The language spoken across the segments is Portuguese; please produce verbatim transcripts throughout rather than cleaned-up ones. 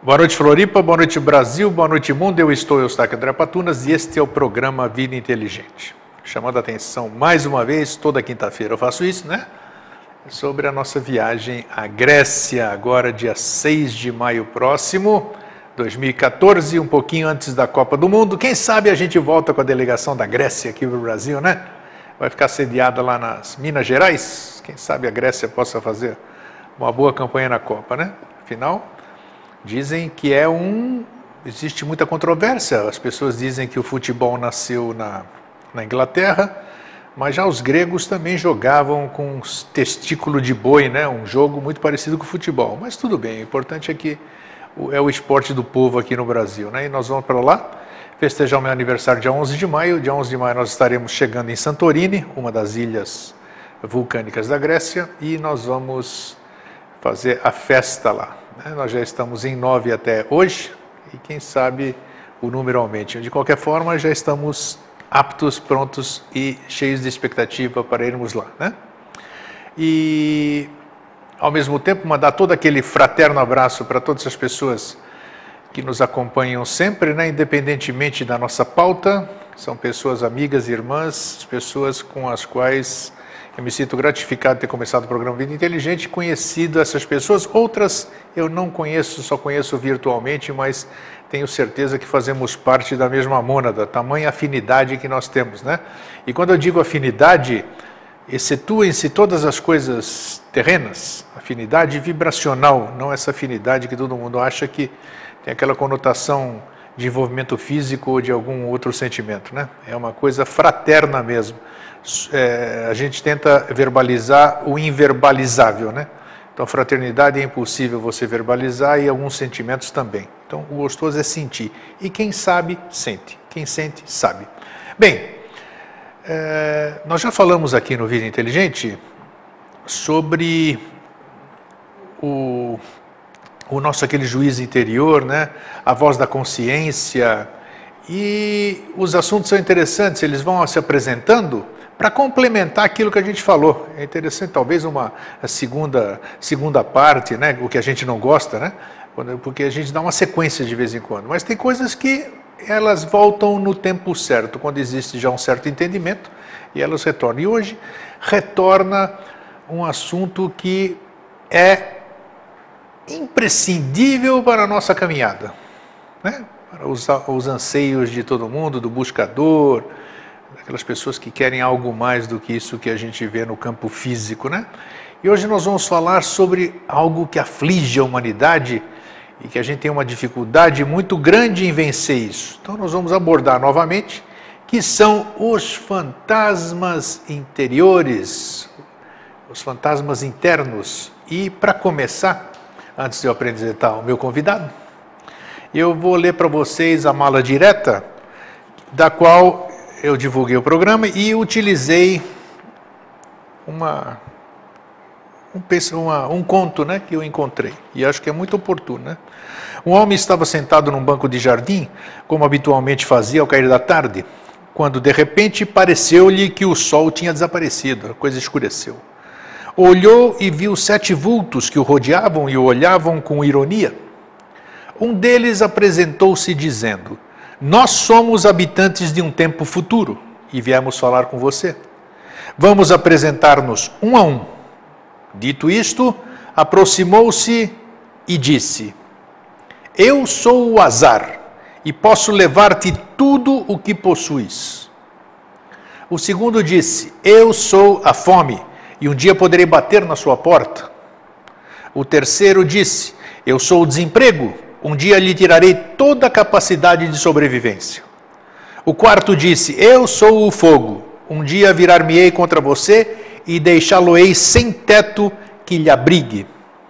Boa noite, Floripa, boa noite, Brasil, boa noite, mundo. Eu estou, Eustáquio André Patunas, e este é o programa Vida Inteligente. Chamando a atenção mais uma vez, toda quinta-feira eu faço isso, né? Sobre a nossa viagem à Grécia, agora dia seis de maio próximo, dois mil e quatorze, um pouquinho antes da Copa do Mundo. Quem sabe a gente volta com a delegação da Grécia aqui para o Brasil, né? Vai ficar sediada lá nas Minas Gerais. Quem sabe a Grécia possa fazer uma boa campanha na Copa, né? Afinal, dizem que é um... existe muita controvérsia. As pessoas dizem que o futebol nasceu na, na Inglaterra, mas já os gregos também jogavam com testículo de boi, né? Um jogo muito parecido com o futebol. Mas tudo bem, o importante é que é o esporte do povo aqui no Brasil, né? E nós vamos para lá festejar o meu aniversário dia onze de maio. Dia onze de maio nós estaremos chegando em Santorini, uma das ilhas vulcânicas da Grécia, e nós vamos fazer a festa lá. Nós já estamos em nove até hoje, e quem sabe o número aumente. De qualquer forma, já estamos aptos, prontos e cheios de expectativa para irmos lá, né? E, ao mesmo tempo, mandar todo aquele fraterno abraço para todas as pessoas que nos acompanham sempre, né? Independentemente da nossa pauta. São pessoas amigas, irmãs, pessoas com as quais eu me sinto gratificado de ter começado o programa Vida Inteligente, conhecido essas pessoas. Outras eu não conheço, só conheço virtualmente, mas tenho certeza que fazemos parte da mesma mônada, tamanha afinidade que nós temos, né? E quando eu digo afinidade, excetuem-se todas as coisas terrenas, afinidade vibracional, não essa afinidade que todo mundo acha que tem aquela conotação de envolvimento físico ou de algum outro sentimento, né? É uma coisa fraterna mesmo. É, a gente tenta verbalizar o inverbalizável, né? Então, fraternidade é impossível você verbalizar e alguns sentimentos também. Então, o gostoso é sentir. E quem sabe, sente. Quem sente, sabe. Bem, é, nós já falamos aqui no Vida Inteligente sobre o, o nosso aquele juiz interior, né? A voz da consciência. E os assuntos são interessantes, eles vão se apresentando para complementar aquilo que a gente falou. É interessante, talvez uma segunda, segunda parte, né? O que a gente não gosta, né? Porque a gente dá uma sequência de vez em quando. Mas tem coisas que elas voltam no tempo certo, quando existe já um certo entendimento, e elas retornam. E hoje retorna um assunto que é imprescindível para a nossa caminhada, né? Para os, os anseios de todo mundo, do buscador, aquelas pessoas que querem algo mais do que isso que a gente vê no campo físico, né? E hoje nós vamos falar sobre algo que aflige a humanidade e que a gente tem uma dificuldade muito grande em vencer isso. Então nós vamos abordar novamente, que são os fantasmas interiores, os fantasmas internos. E para começar, antes de eu apresentar o meu convidado, eu vou ler para vocês a mala direta, da qual eu divulguei o programa e utilizei uma, um, uma, um conto, né, que eu encontrei, e acho que é muito oportuno, né? Um homem estava sentado num banco de jardim, como habitualmente fazia ao cair da tarde, quando de repente pareceu-lhe que o sol tinha desaparecido, a coisa escureceu. Olhou e viu sete vultos que o rodeavam e o olhavam com ironia. Um deles apresentou-se dizendo: nós somos habitantes de um tempo futuro e viemos falar com você. Vamos apresentar-nos um a um. Dito isto, aproximou-se e disse: eu sou o azar e posso levar-te tudo o que possuis. O segundo disse: eu sou a fome e um dia poderei bater na sua porta. O terceiro disse: eu sou o desemprego. Um dia lhe tirarei toda a capacidade de sobrevivência. O quarto disse: eu sou o fogo. Um dia virar-me-ei contra você e deixá-lo-ei sem teto que lhe abrigue.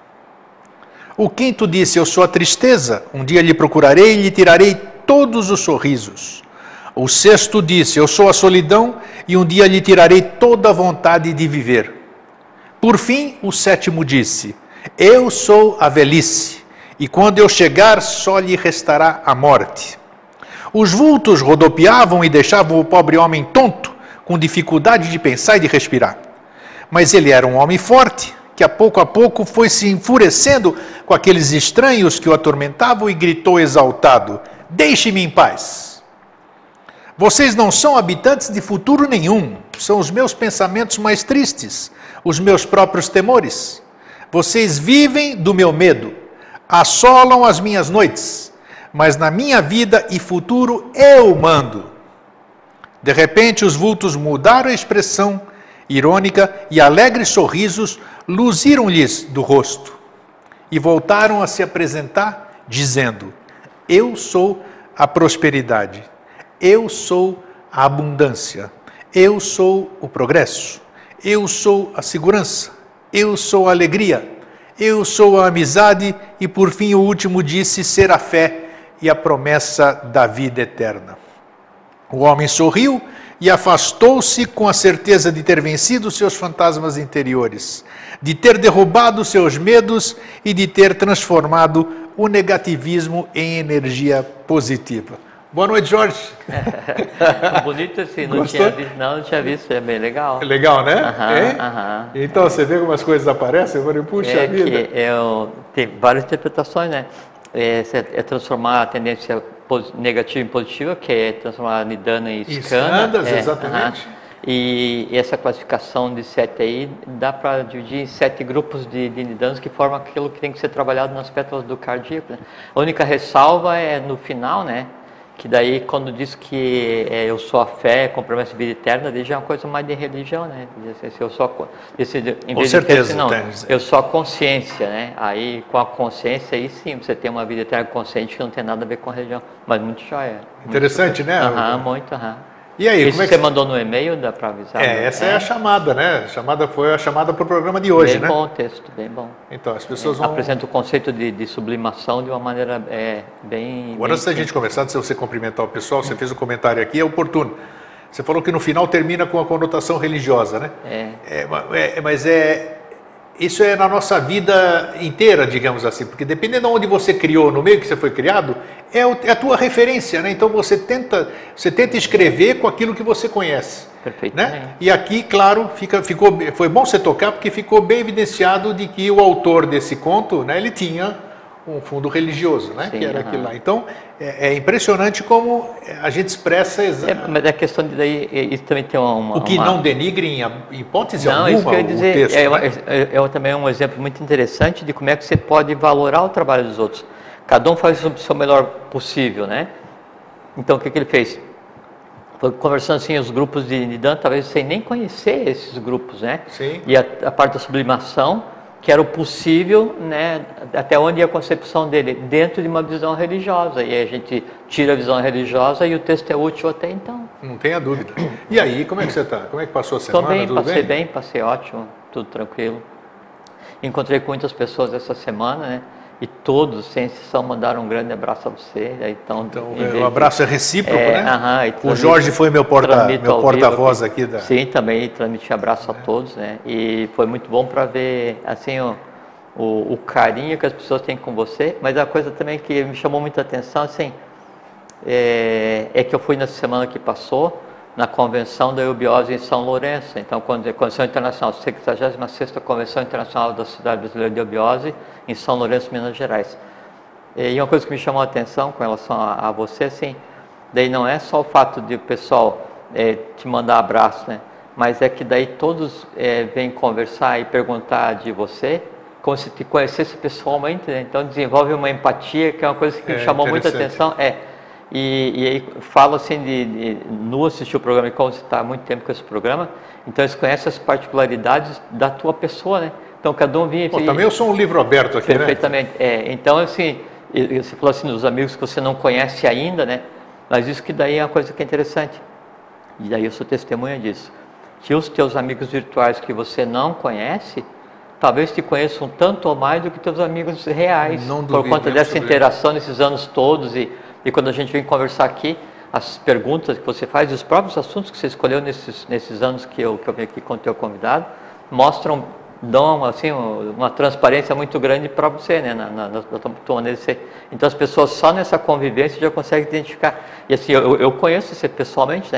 O quinto disse: eu sou a tristeza. Um dia lhe procurarei e lhe tirarei todos os sorrisos. O sexto disse: eu sou a solidão e um dia lhe tirarei toda a vontade de viver. Por fim, o sétimo disse: eu sou a velhice. E quando eu chegar, só lhe restará a morte. Os vultos rodopiavam e deixavam o pobre homem tonto, com dificuldade de pensar e de respirar. Mas ele era um homem forte, que a pouco a pouco foi se enfurecendo com aqueles estranhos que o atormentavam e gritou exaltado: deixe-me em paz. Vocês não são habitantes de futuro nenhum, são os meus pensamentos mais tristes, os meus próprios temores. Vocês vivem do meu medo, assolam as minhas noites, mas na minha vida e futuro eu mando. De repente os vultos mudaram a expressão irônica e alegres sorrisos luziram-lhes do rosto e voltaram a se apresentar dizendo: eu sou a prosperidade, eu sou a abundância, eu sou o progresso, eu sou a segurança, eu sou a alegria, eu sou a amizade e por fim o último disse ser a fé e a promessa da vida eterna. O homem sorriu e afastou-se com a certeza de ter vencido seus fantasmas interiores, de ter derrubado seus medos e de ter transformado o negativismo em energia positiva. Boa noite, Jorge. Bonito assim, não tinha visto, não, não tinha visto, é bem legal. Legal, né? Aham, aham. Então, você vê como as coisas aparecem? Eu falei, puxa é vida. Que eu, tem várias interpretações, né? É, é transformar a tendência negativa em positiva, que é transformar a nidana em skanda. Skandhas, é, exatamente. Uh-huh. E essa classificação de sete aí, dá para dividir em sete grupos de, de nidanas que formam aquilo que tem que ser trabalhado nas pétalas do cardíaco. Né? A única ressalva é no final, né? Que daí quando diz que é, eu sou a fé com promessa de vida eterna, daí já é uma coisa mais de religião, né? Diz, se eu sou a, esse, em com vez certeza. De ter, assim, não, eu sou a consciência, né? Aí com a consciência, aí sim, você tem uma vida eterna consciente que não tem nada a ver com a religião. Mas muito joia. Interessante, muito, né? Aham, muito, aham. E aí, Esse como é que você mandou no e-mail, dá para avisar? É, essa é. é a chamada, né? A chamada foi a chamada para o programa de hoje, bem né? Bem bom o texto, bem bom. Então, as pessoas é, vão... Apresenta o conceito de, de sublimação de uma maneira é, bem... Agora, antes da gente começar, se você cumprimentar o pessoal, você fez um comentário aqui, é oportuno. Você falou que no final termina com a conotação religiosa, né? É. é, é mas é... Isso é na nossa vida inteira, digamos assim, porque dependendo de onde você criou, no meio que você foi criado, é, o, é a tua referência, né? Então você tenta, você tenta escrever com aquilo que você conhece. Perfeito. Né? E aqui, claro, fica, ficou, foi bom você tocar, porque ficou bem evidenciado de que o autor desse conto, né, ele tinha um fundo religioso, né? Sim, que era uhum. aquilo lá. Então, é, é impressionante como a gente expressa... Exa... É, mas a questão de daí, isso também tem uma... O que uma... não denigre em hipótese não, alguma isso que eu ia dizer, o texto. É, né? é, é também um exemplo muito interessante de como é que você pode valorar o trabalho dos outros. Cada um faz o seu melhor possível, né? Então, o que, que ele fez? Foi conversando assim, os grupos de Nidana, talvez sem nem conhecer esses grupos, né? Sim. E a, a parte da sublimação, que era o possível, né, até onde ia a concepção dele, dentro de uma visão religiosa. E a gente tira a visão religiosa e o texto é útil até então. Não tenha dúvida. E aí, como é que você está? Como é que passou a semana? Estou bem, tudo passei bem? bem, passei ótimo, tudo tranquilo. Encontrei com muitas pessoas essa semana, né? E todos, sem exceção, mandaram um grande abraço a você. Então, então o abraço é recíproco, é, né? Aham, o Jorge foi meu porta-voz meu porta aqui, aqui da... Sim, também transmiti abraço a todos, né? E foi muito bom para ver, assim, o, o, o carinho que as pessoas têm com você. Mas a coisa também que me chamou muita atenção, assim, é, é que eu fui na semana que passou, na convenção da eubiose em São Lourenço. Então, quando a Convenção Internacional, sexagésima sexta Convenção Internacional da Sociedade Brasileira de Eubiose, em São Lourenço, Minas Gerais. E uma coisa que me chamou a atenção com relação a, a você, assim, daí não é só o fato de o pessoal é, te mandar abraço, né? Mas é que daí todos é, vêm conversar e perguntar de você, como se te conhecesse pessoalmente, né? Então desenvolve uma empatia, que é uma coisa que me é, chamou muita atenção. É, E, e aí falo assim de, de nu assistir o programa, e como você está há muito tempo com esse programa, então eles conhecem as particularidades da tua pessoa, né? Então cada um vinha... Pô, também eu sou um livro aberto aqui, perfeitamente, né? É, então assim, você falou assim dos amigos que você não conhece ainda, né? Mas isso que daí é uma coisa que é interessante. E daí eu sou testemunha disso. Que os teus amigos virtuais que você não conhece, talvez te conheçam tanto ou mais do que teus amigos reais. Não duvido, por conta dessa interação nesses anos todos e E quando a gente vem conversar aqui, as perguntas que você faz, os próprios assuntos que você escolheu nesses, nesses anos que eu, que eu vim aqui com o teu convidado, mostram, dão assim, uma transparência muito grande para você, né, na, na, na tua maneira de ser. Então as pessoas só nessa convivência já conseguem identificar. E assim, eu, eu conheço você pessoalmente, né?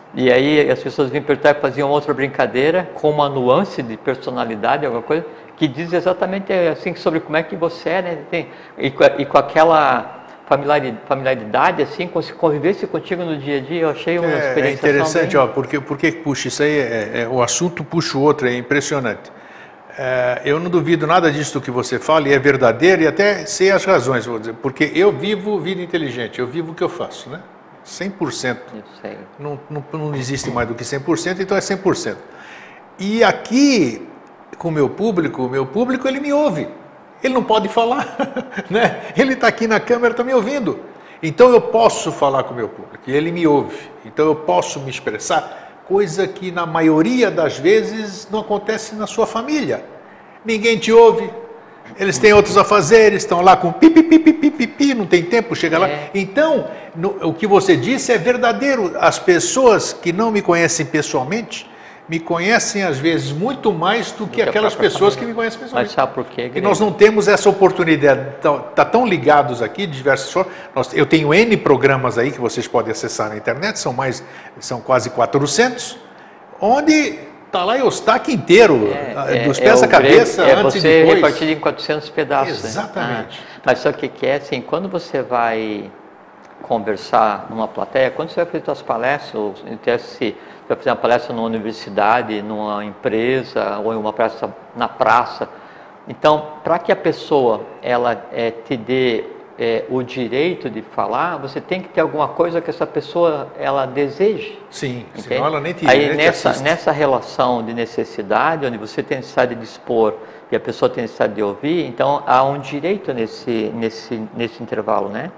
E aí as pessoas vinham perguntar e faziam outra brincadeira com uma nuance de personalidade, alguma coisa, que diz exatamente assim sobre como é que você é, né? Tem, e, e com aquela familiaridade, assim, como se convivesse contigo no dia a dia, eu achei uma é, experiência. É interessante, bem... ó, porque, porque puxa, isso aí, é, é, o assunto puxa o outro, é impressionante. É, eu não duvido nada disso que você fala, e é verdadeiro, e até sei as razões, vou dizer, porque eu vivo vida inteligente, eu vivo o que eu faço, né? cem por cento. Eu sei. Não, não, não existe mais do que cem por cento, então é cem por cento. E aqui, com o meu público, o meu público, ele me ouve. Ele não pode falar, né? Ele está aqui na câmera, está me ouvindo. Então eu posso falar com o meu público, e ele me ouve. Então eu posso me expressar, coisa que na maioria das vezes não acontece na sua família. Ninguém te ouve. Eles têm outros afazeres, estão lá com pipi, pipi, pipi, pipi, não tem tempo, chega lá. É. Então, no, o que você disse é verdadeiro. As pessoas que não me conhecem pessoalmente, me conhecem às vezes muito mais do que aquelas pessoas que me conhecem pessoalmente. Mas sabe por quê? E nós não temos essa oportunidade, está tão ligados aqui de diversas formas. Nós, eu tenho N programas aí que vocês podem acessar na internet, são mais, são quase quatrocentos, onde está lá o Eustáquio inteiro, é, dos é, pés é à cabeça, grego, é antes você e depois. repartido em quatrocentos pedaços. Exatamente. Né? Ah, mas sabe o que, que é? Assim, quando você vai conversar numa plateia, quando você vai fazer suas palestras, ou se vai fazer uma palestra numa universidade, numa empresa, ou em uma praça, na praça, então, para que a pessoa ela é, te dê é, o direito de falar, você tem que ter alguma coisa que essa pessoa ela deseje. Sim, entende? senão ela nem te Aí nem nessa, te nessa relação de necessidade, onde você tem necessidade de expor e a pessoa tem necessidade de ouvir, então há um direito nesse, nesse, nesse intervalo, né?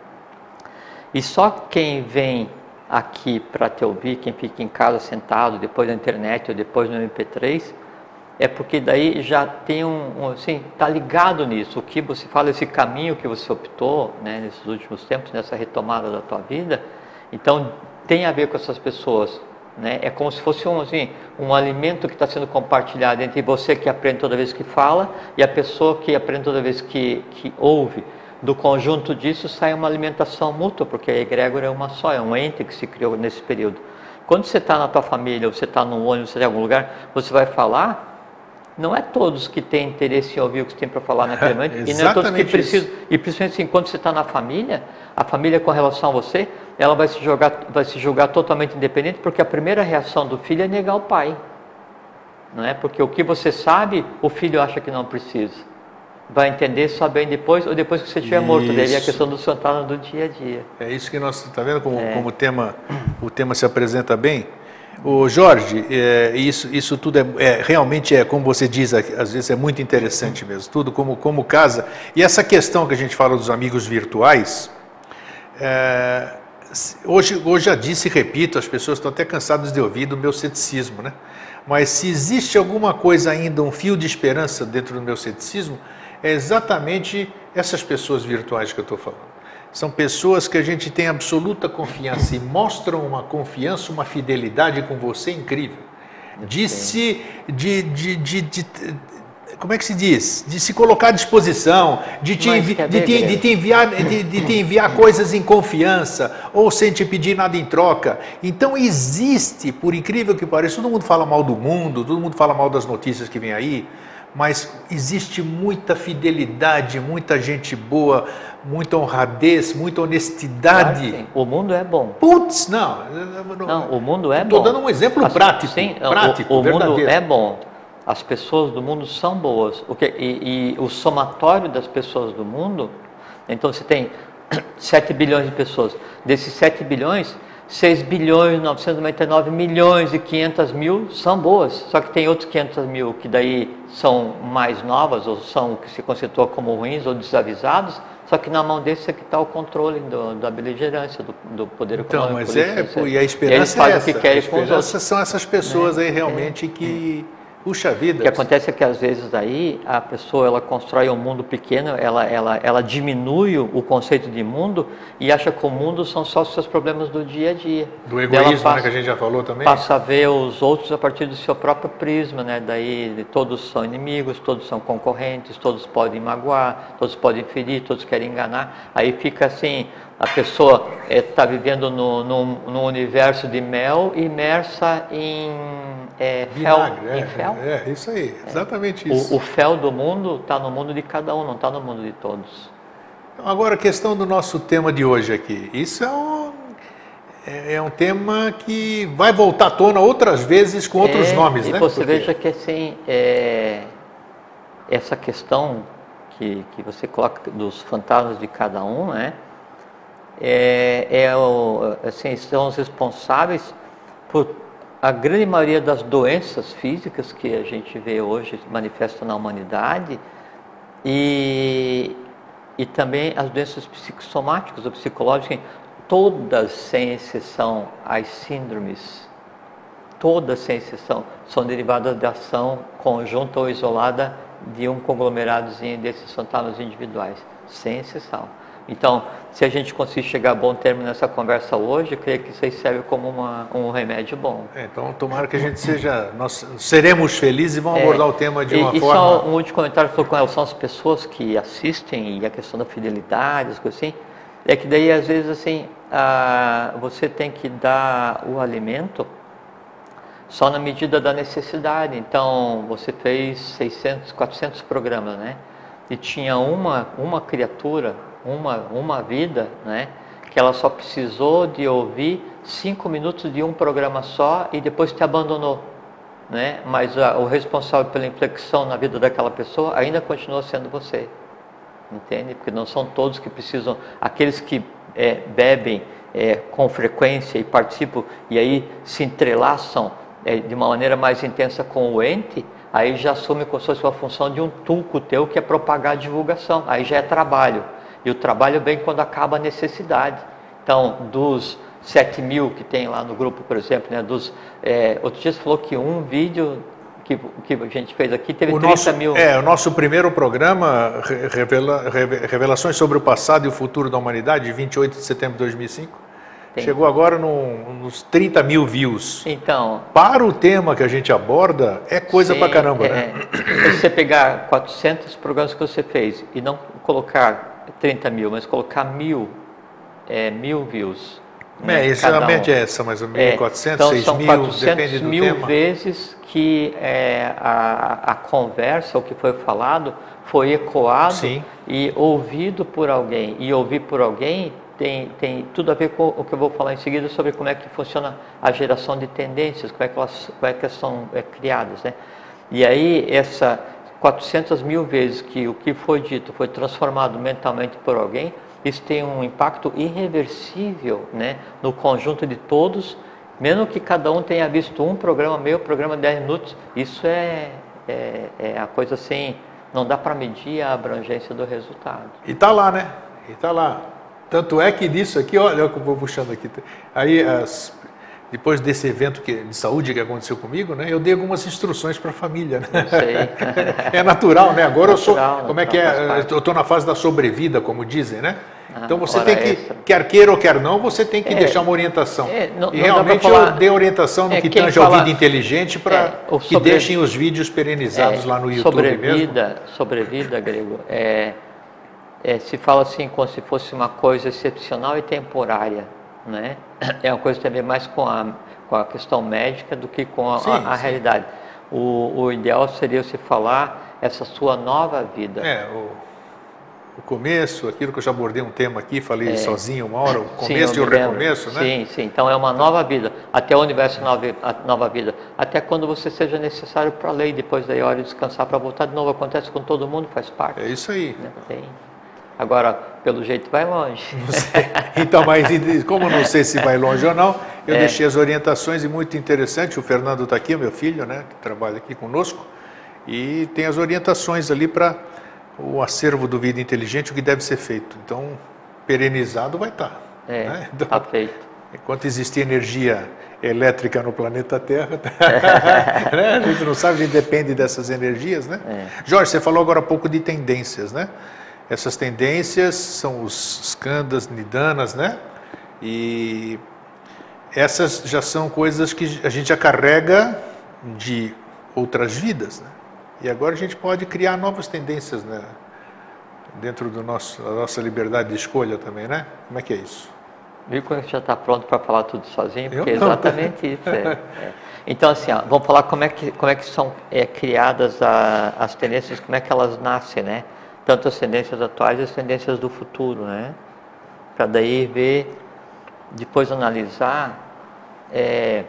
E só quem vem aqui para te ouvir, quem fica em casa sentado, depois na internet ou depois no M P três, é porque daí já tem um, um assim, tá ligado nisso, o que você fala, esse caminho que você optou, né, nesses últimos tempos, nessa retomada da tua vida, então tem a ver com essas pessoas, né? É como se fosse um, assim, um alimento que está sendo compartilhado entre você que aprende toda vez que fala e a pessoa que aprende toda vez que, que ouve. Do conjunto disso sai uma alimentação mútua, porque a egrégora é uma só, é um ente que se criou nesse período. Quando você está na tua família, você está no ônibus, você está em algum lugar, você vai falar, não é todos que têm interesse em ouvir o que você tem para falar naquele momento, e não é todos que precisam. E principalmente assim, quando você está na família, a família com relação a você, ela vai se jogar, vai se julgar totalmente independente, porque a primeira reação do filho é negar o pai. Não é? Porque o que você sabe, o filho acha que não precisa. Vai entender só bem depois, ou depois que você estiver morto. Daí é a questão do santana do dia a dia. É isso que nós está vendo como, é. como o, tema, o tema se apresenta bem. O Jorge, é, isso, isso tudo é, é realmente é, como você diz, às vezes é muito interessante mesmo, tudo como, como casa. E essa questão que a gente fala dos amigos virtuais, é, hoje, hoje já disse e repito, as pessoas estão até cansadas de ouvir do meu ceticismo, né? Mas se existe alguma coisa ainda, um fio de esperança dentro do meu ceticismo, é exatamente essas pessoas virtuais que eu estou falando. São pessoas que a gente tem absoluta confiança e mostram uma confiança, uma fidelidade com você incrível. De se, de, de, de, de, como é que se diz? De se colocar à disposição, de te, envi, de te, de te enviar, de, de te enviar coisas em confiança, ou sem te pedir nada em troca. Então existe, por incrível que pareça, todo mundo fala mal do mundo, todo mundo fala mal das notícias que vem aí, mas existe muita fidelidade, muita gente boa, muita honradez, muita honestidade. Claro, o mundo é bom. Putz, não. Não, o mundo é bom. Estou dando um exemplo As, prático. Sim, prático, o, o verdadeiro. mundo é bom. As pessoas do mundo são boas. O que, e, e o somatório das pessoas do mundo, então você tem sete bilhões de pessoas. Desses sete bilhões, seis bilhões, novecentos e noventa e nove milhões e quinhentos mil são boas. Só que tem outros quinhentos mil que daí são mais novas, ou são que se conceitua como ruins ou desavisados, só que na mão desse é que está o controle do, da beligerância, do, do poder econômico. Então, mas é, pô, e a esperança eles fazem é essa. O que querem a com os outros. são essas pessoas é, aí realmente é, que, Puxa vida. O que acontece é que às vezes aí a pessoa ela constrói um mundo pequeno, ela, ela, ela diminui o conceito de mundo e acha que o mundo são só os seus problemas do dia a dia. Do egoísmo, passa, né, que a gente já falou também. Passa a ver os outros a partir do seu próprio prisma, né? Daí todos são inimigos, todos são concorrentes, todos podem magoar, todos podem ferir, todos querem enganar. Aí fica assim, a pessoa está é, vivendo no, no, no universo de mel imersa em é, fel. É, em fel. É, é, isso aí, exatamente é. isso. O, o fel do mundo está no mundo de cada um, não está no mundo de todos. Agora, a questão do nosso tema de hoje aqui. Isso é um, é, é um tema que vai voltar à tona outras vezes com outros é, nomes, e né? E você Porque... veja que assim, é, essa questão que, que você coloca dos fantasmas de cada um, né? É, é o, assim, são os responsáveis por a grande maioria das doenças físicas que a gente vê hoje manifestam na humanidade e, e também as doenças psicossomáticas ou psicológicas, todas sem exceção as síndromes, todas sem exceção são derivadas da ação conjunta ou isolada de um conglomeradozinho desses fantasmas individuais, sem exceção. Então, se a gente conseguir chegar a bom termo nessa conversa hoje, eu creio que isso aí serve como uma, um remédio bom. É, então, tomara que a gente seja, nós seremos felizes e vamos é, abordar o tema de uma e, forma... E só um último comentário foi com relação às pessoas que assistem e a questão da fidelidade, as coisas assim, é que daí às vezes assim, a, você tem que dar o alimento só na medida da necessidade. Então, você fez seiscentos, quatrocentos programas, né? E tinha uma, uma criatura, uma, uma vida, né? Que ela só precisou de ouvir cinco minutos de um programa só e depois te abandonou, né? Mas a, o responsável pela inflexão na vida daquela pessoa ainda continua sendo você, entende? Porque não são todos que precisam, aqueles que é, bebem é, com frequência e participam e aí se entrelaçam é, de uma maneira mais intensa com o ente, aí já assume como se fosse uma função de um tulco teu que é propagar a divulgação, aí já é trabalho. E o trabalho vem quando acaba a necessidade. Então, dos sete mil que tem lá no grupo, por exemplo, né, dos, é, outro dia você falou que um vídeo que, que a gente fez aqui teve o trinta nosso, mil. É, o nosso primeiro programa, revela, Revelações sobre o Passado e o Futuro da Humanidade, de vinte e oito de setembro de dois mil e cinco, tem. Chegou agora no, nos trinta mil views. Então, para o tema que a gente aborda, é coisa sim, pra caramba, é, né? Se você pegar quatrocentos programas que você fez e não colocar trinta mil, mas colocar mil, é, mil views. Né, é, isso a média é essa, mais ou menos, mil e quatrocentos, então, seis são mil, quatrocentos depende do mil tema. vezes que é, a, a conversa, o que foi falado, foi ecoado sim, e ouvido por alguém. E ouvir por alguém tem, tem tudo a ver com o que eu vou falar em seguida sobre como é que funciona a geração de tendências, como é que elas, como é que elas são é, criadas, né? E aí, essa quatrocentas mil vezes que o que foi dito foi transformado mentalmente por alguém, isso tem um impacto irreversível, né, no conjunto de todos, mesmo que cada um tenha visto um programa meu, programa de dez minutos, isso é, é, é a coisa assim, não dá para medir a abrangência do resultado. E está lá, né? E está lá. Tanto é que disso aqui, olha o que eu vou puxando aqui. Aí, as, depois desse evento que, de saúde que aconteceu comigo, né, eu dei algumas instruções para a família. Né? Eu sei. É natural, né? Agora natural, eu sou, como natural, é que é? Eu estou na fase da sobrevida, como dizem, né? Ah, então você tem que, extra. quer queira ou quer não, você tem que é, deixar uma orientação. É, não, e realmente não eu dei orientação no é, que tange ao Vida Inteligente para é, que sobre... deixem os vídeos perenizados é, lá no YouTube sobrevida, mesmo. Sobrevida, Grego, é, é, se fala assim como se fosse uma coisa excepcional e temporária, né? É uma coisa também mais com a, com a questão médica do que com a, sim, a, a realidade. O, o ideal seria você falar essa sua nova vida. É, o, o começo, aquilo que eu já abordei um tema aqui, falei é, sozinho uma hora, o começo sim, e o recomeço, né? Sim, sim, então é uma nova vida, até o universo nova, a nova vida, até quando você seja necessário para a lei, depois daí a hora de descansar para voltar de novo, acontece com todo mundo, faz parte. É isso aí. Né? Tem. Agora, pelo jeito vai longe. Então, mas como não sei se vai longe ou não, eu é. deixei as orientações e muito interessante, o Fernando está aqui, meu filho, né, que trabalha aqui conosco, e tem as orientações ali para o acervo do Vida Inteligente, o que deve ser feito. Então, perenizado vai estar. É, né? Então, tá feito. Enquanto existir energia elétrica no planeta Terra, né? A gente não sabe, a gente depende dessas energias, né? É. Jorge, você falou agora há pouco de tendências, né? Essas tendências são os skandhas, nidanas, né? E essas já são coisas que a gente já carrega de outras vidas, né? E agora a gente pode criar novas tendências, né? Dentro do nosso, da nossa liberdade de escolha também, né? Como é que é isso? Viu quando a gente já está pronto para falar tudo sozinho? Porque é exatamente isso. É, é. Então, assim, ó, vamos falar como é que, como é que são é, criadas a, as tendências, como é que elas nascem, né? Tanto as tendências atuais e as tendências do futuro, né? Para daí ver, depois analisar é,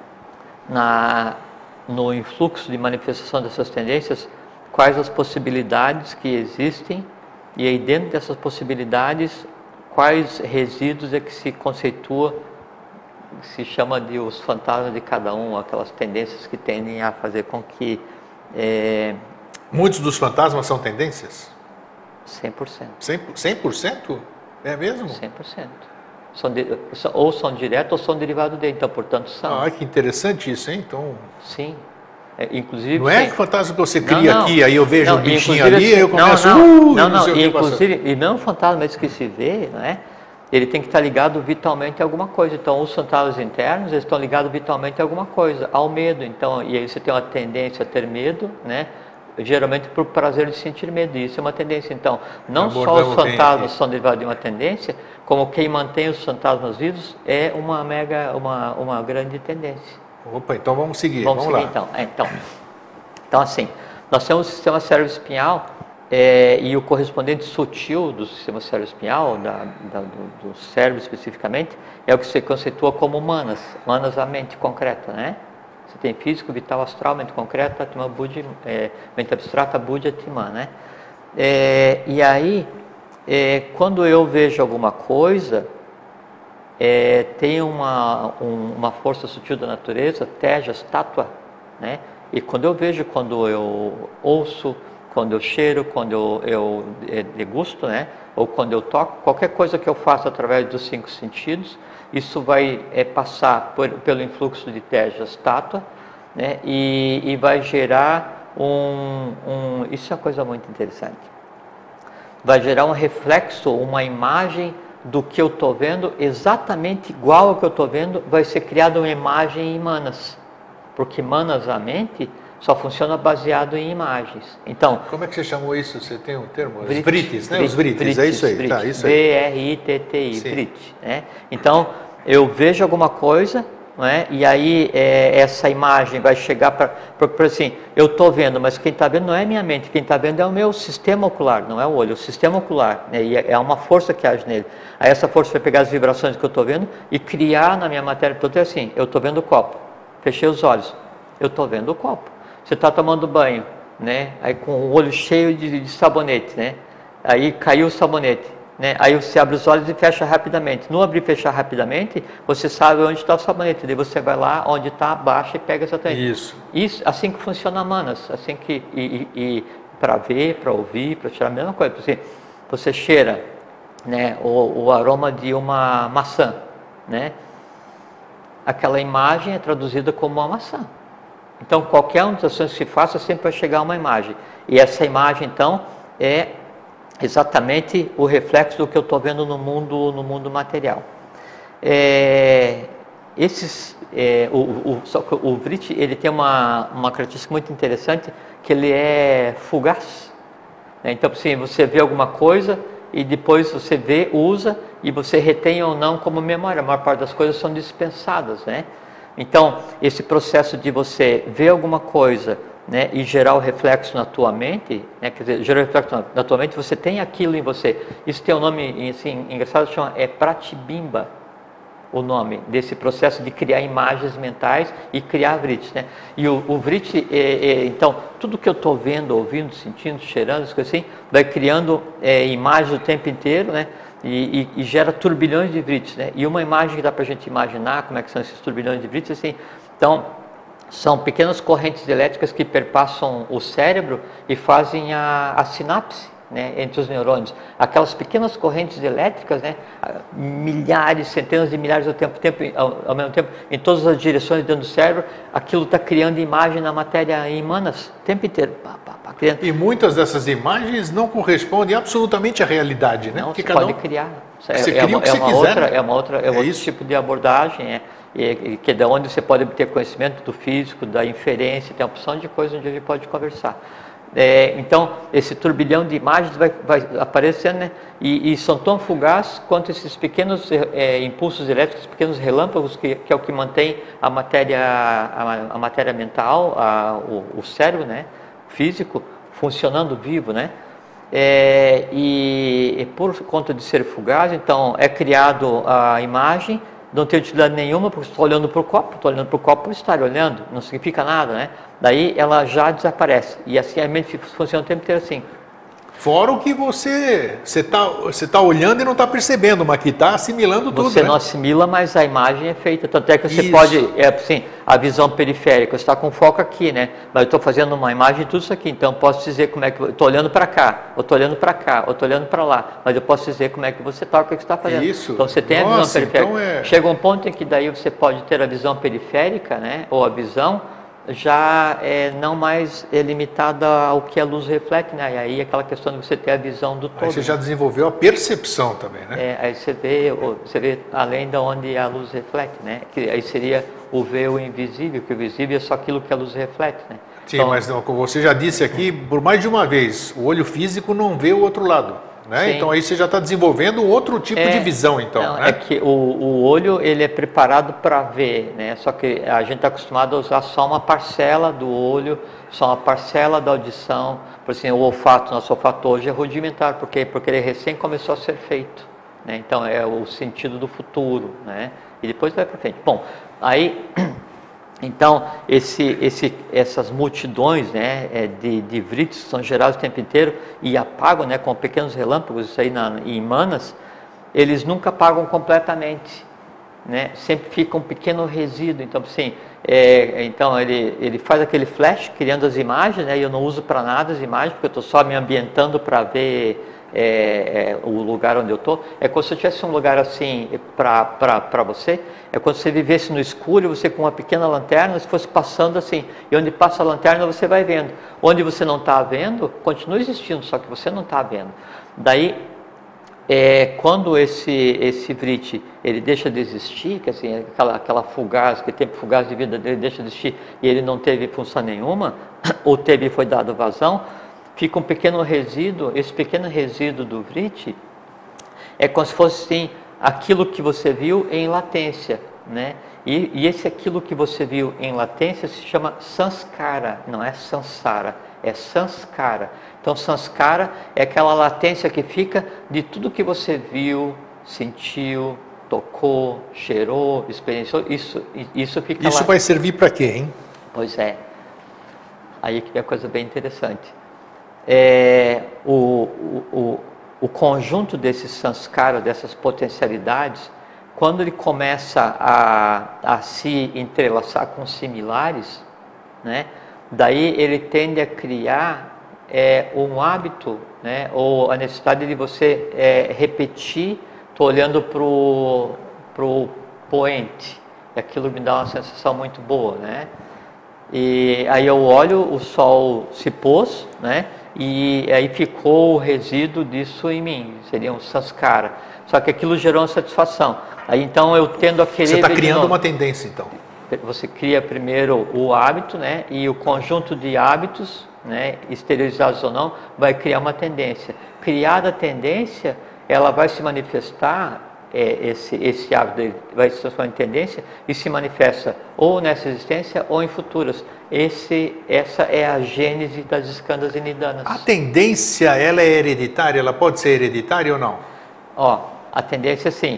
na, no influxo de manifestação dessas tendências, quais as possibilidades que existem, e aí dentro dessas possibilidades, quais resíduos é que se conceitua, se chama de os fantasmas de cada um, aquelas tendências que tendem a fazer com que... É... Muitos dos fantasmas são tendências? cem por cento. cem por cento? É mesmo? cem por cento. São de, ou são direto ou são derivados dele, então, portanto, são. Ah, que interessante isso, hein? Então... Sim. É, inclusive, não é sim. que fantasma que você cria não, não, aqui, aí eu vejo não, um bichinho ali, assim, aí eu começo... Não, não, uh, não, não, não e, inclusive, e não fantasma esse que se vê, né? Ele tem que estar ligado vitalmente a alguma coisa. Então, os fantasmas internos, eles estão ligados vitalmente a alguma coisa, ao medo. Então, e aí você tem uma tendência a ter medo, né? Geralmente por prazer de sentir medo, isso é uma tendência. Então, não só os fantasmas são derivados de uma tendência, como quem mantém os fantasmas vivos é uma mega, uma, uma grande tendência. Opa, então vamos seguir, vamos, vamos seguir, lá. Então. É, então, então, assim, nós temos o sistema cérebro-espinhal é, e o correspondente sutil do sistema cérebro-espinhal, da, da, do, do cérebro especificamente, é o que se conceitua como manas, manas a mente concreta, né? Você tem físico, vital, astral, mente concreta, atma, buddhi, é, mente abstrata, buddhi, atma, né? É, e aí, é, quando eu vejo alguma coisa, é, tem uma, um, uma força sutil da natureza, tejas, tátua, né? E quando eu vejo, quando eu ouço, quando eu cheiro, quando eu, eu é, degusto, né? Ou quando eu toco, qualquer coisa que eu faço através dos cinco sentidos, isso vai é, passar por, pelo influxo de tejas, tátua, né? E, e vai gerar um, um... Isso é uma coisa muito interessante. Vai gerar um reflexo, uma imagem do que eu estou vendo, exatamente igual ao que eu estou vendo, vai ser criada uma imagem em manas. Porque manas, a mente, só funciona baseado em imagens. Então, como é que você chamou isso? Você tem um termo? Os vritis, vritis, né? Vritis, Os vritis, vritis, é isso aí. Tá, isso aí. V R I T T I, vritis, né? Então, eu vejo alguma coisa, não é? E aí é, essa imagem vai chegar para assim, eu estou vendo, mas quem está vendo não é minha mente, quem está vendo é o meu sistema ocular, não é o olho, o sistema ocular, né? E é uma força que age nele. Aí essa força vai pegar as vibrações que eu estou vendo e criar na minha matéria, então, assim, eu estou vendo o copo, fechei os olhos, eu estou vendo o copo. Você está tomando banho, né? Aí com o olho cheio de, de sabonete, né? Aí caiu o sabonete, né? Aí você abre os olhos e fecha rapidamente. No abrir e fechar rapidamente, você sabe onde está o sabonete. Daí você vai lá onde está, abaixa e pega exatamente. Isso. Isso, assim que funciona a manas, assim que e, e, e para ver, para ouvir, para tirar a mesma coisa. Você, você cheira, né? O, o aroma de uma maçã, né? Aquela imagem é traduzida como uma maçã. Então, qualquer uma das ações que se faça, sempre vai chegar uma imagem. E essa imagem, então, é exatamente o reflexo do que eu estou vendo no mundo, no mundo material. É, esses, é, o, o, só que o Vrit, ele tem uma, uma característica muito interessante, que ele é fugaz. Né? Então, assim, você vê alguma coisa e depois você vê, usa, e você retém ou não como memória. A maior parte das coisas são dispensadas, né? Então, esse processo de você ver alguma coisa, né, e gerar o reflexo na tua mente, né, quer dizer, gerar o reflexo na, na tua mente, você tem aquilo em você. Isso tem um nome assim, engraçado, chama, é Pratibimba, o nome desse processo de criar imagens mentais e criar vritis, né? E o, o vrit, é, é, então, tudo que eu estou vendo, ouvindo, sentindo, cheirando, assim, vai criando é, imagens o tempo inteiro, né? E, e, e gera turbilhões de vritis, né? E uma imagem que dá para a gente imaginar como é que são esses turbilhões de vritis, assim, então, são pequenas correntes elétricas que perpassam o cérebro e fazem a, a sinapse, né, entre os neurônios. Aquelas pequenas correntes elétricas, né, milhares, centenas de milhares ao, tempo, tempo, ao, ao mesmo tempo, em todas as direções dentro do cérebro, aquilo está criando imagem na matéria em Manas o tempo inteiro. Pá, pá, pá, e muitas dessas imagens não correspondem absolutamente à realidade, né? Não, Porque você cada pode um... criar. Você é, cria é uma, o que é você uma quiser, outra, né? é uma outra, é É outro isso. tipo de abordagem, é, e, que é de onde você pode obter conhecimento do físico, da inferência, tem uma opção de coisas onde a gente pode conversar. É, então, esse turbilhão de imagens vai, vai aparecendo, né? E, e são tão fugazes quanto esses pequenos é, impulsos elétricos, pequenos relâmpagos, que, que é o que mantém a matéria, a, a matéria mental, a, o, o cérebro, né, físico, funcionando vivo, né? É, e, e por conta de ser fugaz, então é criado a imagem, não tem utilidade nenhuma, porque estou olhando para o copo, estou olhando para o copo por estar olhando, não significa nada, né? Daí ela já desaparece, e assim a mente funciona o tempo inteiro assim. Fora o que você está você tá olhando e não está percebendo, mas que está assimilando tudo, Você né? não assimila, mas a imagem é feita. Tanto é que você Isso. pode, é assim, a visão periférica, você está com foco aqui, né? Mas eu estou fazendo uma imagem de tudo isso aqui, então eu posso dizer como é que... Eu estou olhando para cá, eu estou olhando para cá, eu estou olhando para lá, mas eu posso dizer como é que você está, o que você está fazendo. Isso. Então você tem a Nossa, visão periférica. então é... Chega um ponto em que daí você pode ter a visão periférica, né? Ou a visão... já é, não mais é limitada ao que a luz reflete, né? E aí aquela questão de você ter a visão do todo. Aí você já desenvolveu a percepção também, né? É, aí você vê, você vê além de onde a luz reflete, né? Que aí seria o ver o invisível, que o visível é só aquilo que a luz reflete, né? Sim, então, mas como você já disse aqui, por mais de uma vez, o olho físico não vê o outro lado, né? Sim. Então aí você já está desenvolvendo outro tipo é, de visão, então, não, né? É que o, o olho, ele é preparado para ver, né? Só que a gente está acostumado a usar só uma parcela do olho, só uma parcela da audição. Por exemplo, o olfato, nosso olfato hoje é rudimentar, por quê? Porque ele recém começou a ser feito, né? Então é o sentido do futuro, né? E depois vai para frente. Bom, aí... Então, esse, esse, essas multidões, né, de, de vrites que são gerados o tempo inteiro e apagam, né, com pequenos relâmpagos, isso aí na, em Manas, eles nunca apagam completamente, né? Sempre fica um pequeno resíduo. Então, assim, é, então ele, ele faz aquele flash, criando as imagens, né, e eu não uso para nada as imagens, porque eu estou só me ambientando para ver... É, é, o lugar onde eu estou, é como se eu tivesse um lugar assim para você, é como se você vivesse no escuro, você com uma pequena lanterna, se fosse passando assim, e onde passa a lanterna você vai vendo, onde você não está vendo, continua existindo, só que você não está vendo. Daí, é, quando esse, esse vrit, ele deixa de existir, que assim, aquela, aquela fugaz, que tempo fugaz de vida dele deixa de existir, e ele não teve função nenhuma, ou teve foi dado vazão, fica um pequeno resíduo. Esse pequeno resíduo do vrit é como se fosse assim, aquilo que você viu em latência, né? E, e esse aquilo que você viu em latência se chama sanskara, não é sansara, é sanskara. Então sanskara é aquela latência que fica de tudo que você viu, sentiu, tocou, cheirou, experienciou, isso, isso fica Isso lá. vai servir para quê, hein? Pois é, aí que é a coisa bem interessante. É, o, o, o, o conjunto desses sanskaras, dessas potencialidades, quando ele começa a, a se entrelaçar com similares, né, daí ele tende a criar é, um hábito, né, ou a necessidade de você é, repetir. Estou olhando para o poente, e aquilo me dá uma sensação muito boa, né? E aí eu olho, o sol se pôs, né? E aí ficou o resíduo disso em mim, seria um sanskara. Só que aquilo gerou uma satisfação. Aí então eu tendo a querer... Você está criando uma tendência, então. Você cria primeiro o hábito, né? E o conjunto de hábitos, né, exteriorizados ou não, vai criar uma tendência. Criada a tendência, ela vai se manifestar... É, esse, esse hábito vai se transformar em tendência e se manifesta ou nessa existência ou em futuras. Esse, essa é a gênese das eskandas e nidanas. A tendência, ela é hereditária? Ela pode ser hereditária ou não? Ó, a tendência, sim.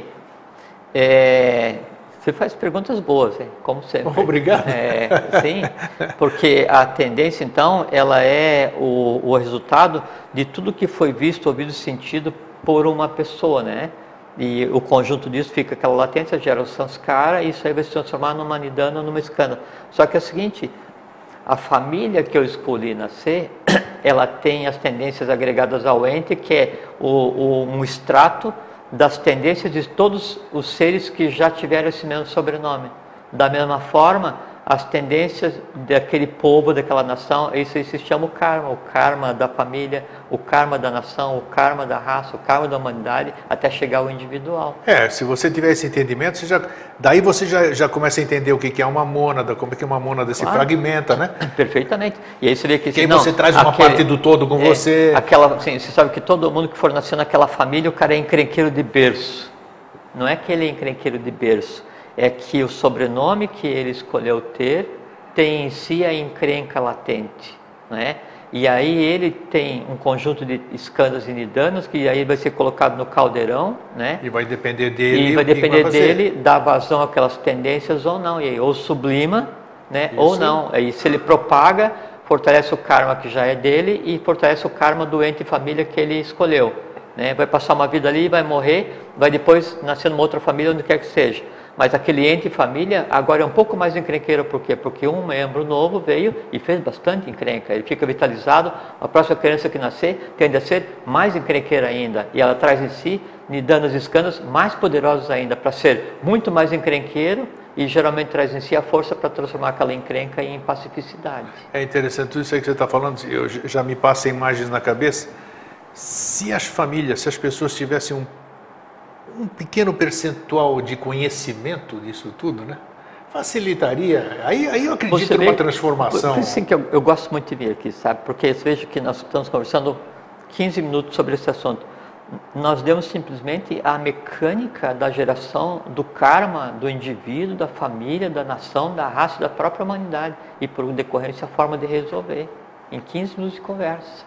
É, você faz perguntas boas, hein? Como sempre. Obrigado. É, sim, porque a tendência, então, ela é o, o resultado de tudo que foi visto, ouvido e sentido por uma pessoa, né? E o conjunto disso fica aquela latência, gera o sanskara, e isso aí vai se transformar numa nidana ou numa skanda. Só que é o seguinte, a família que eu escolhi nascer, ela tem as tendências agregadas ao ente, que é o, o, um extrato das tendências de todos os seres que já tiveram esse mesmo sobrenome. Da mesma forma, as tendências daquele povo, daquela nação, isso aí se chama o karma, o karma da família, o karma da nação, o karma da raça, o karma da humanidade, até chegar ao individual. É, se você tiver esse entendimento, você já, daí você já, já começa a entender o que é uma mônada, como é que uma mônada se claro. fragmenta, né? Perfeitamente. E aí você vê que... Que aí você traz uma aquele, parte do todo com é, você. Aquela, assim, você sabe que todo mundo que for nascer naquela família, o cara é encrenqueiro de berço. Não é que ele é encrenqueiro de berço. É que o sobrenome que ele escolheu ter tem em si a encrenca latente, né? E aí ele tem um conjunto de escandas e nidanas que aí vai ser colocado no caldeirão, né? E vai depender dele. E vai depender vai dele dar vazão àquelas tendências ou não. E aí ou sublima, né? Isso. Ou não. Aí se ele propaga, fortalece o karma que já é dele e fortalece o karma do ente e família que ele escolheu, né? Vai passar uma vida ali, vai morrer, vai depois nascer numa outra família, onde quer que seja. Mas aquele ente e família agora é um pouco mais encrenqueiro, por quê? Porque um membro novo veio e fez bastante encrenca, ele fica vitalizado, a próxima criança que nascer tende a ser mais encrenqueira ainda, e ela traz em si nidanas e escanas mais poderosos ainda, para ser muito mais encrenqueiro, e geralmente traz em si a força para transformar aquela encrenca em pacificidade. É interessante tudo isso aí que você está falando, eu já me passa imagens na cabeça. Se as famílias, se as pessoas tivessem um um pequeno percentual de conhecimento disso tudo, né? Facilitaria. Aí, aí eu acredito você numa vê, transformação. Por isso que eu, eu gosto muito de vir aqui, sabe? Porque eu vejo que nós estamos conversando quinze minutos sobre esse assunto. Nós demos simplesmente a mecânica da geração do karma do indivíduo, da família, da nação, da raça, da própria humanidade. E por decorrência a forma de resolver. Em quinze minutos de conversa.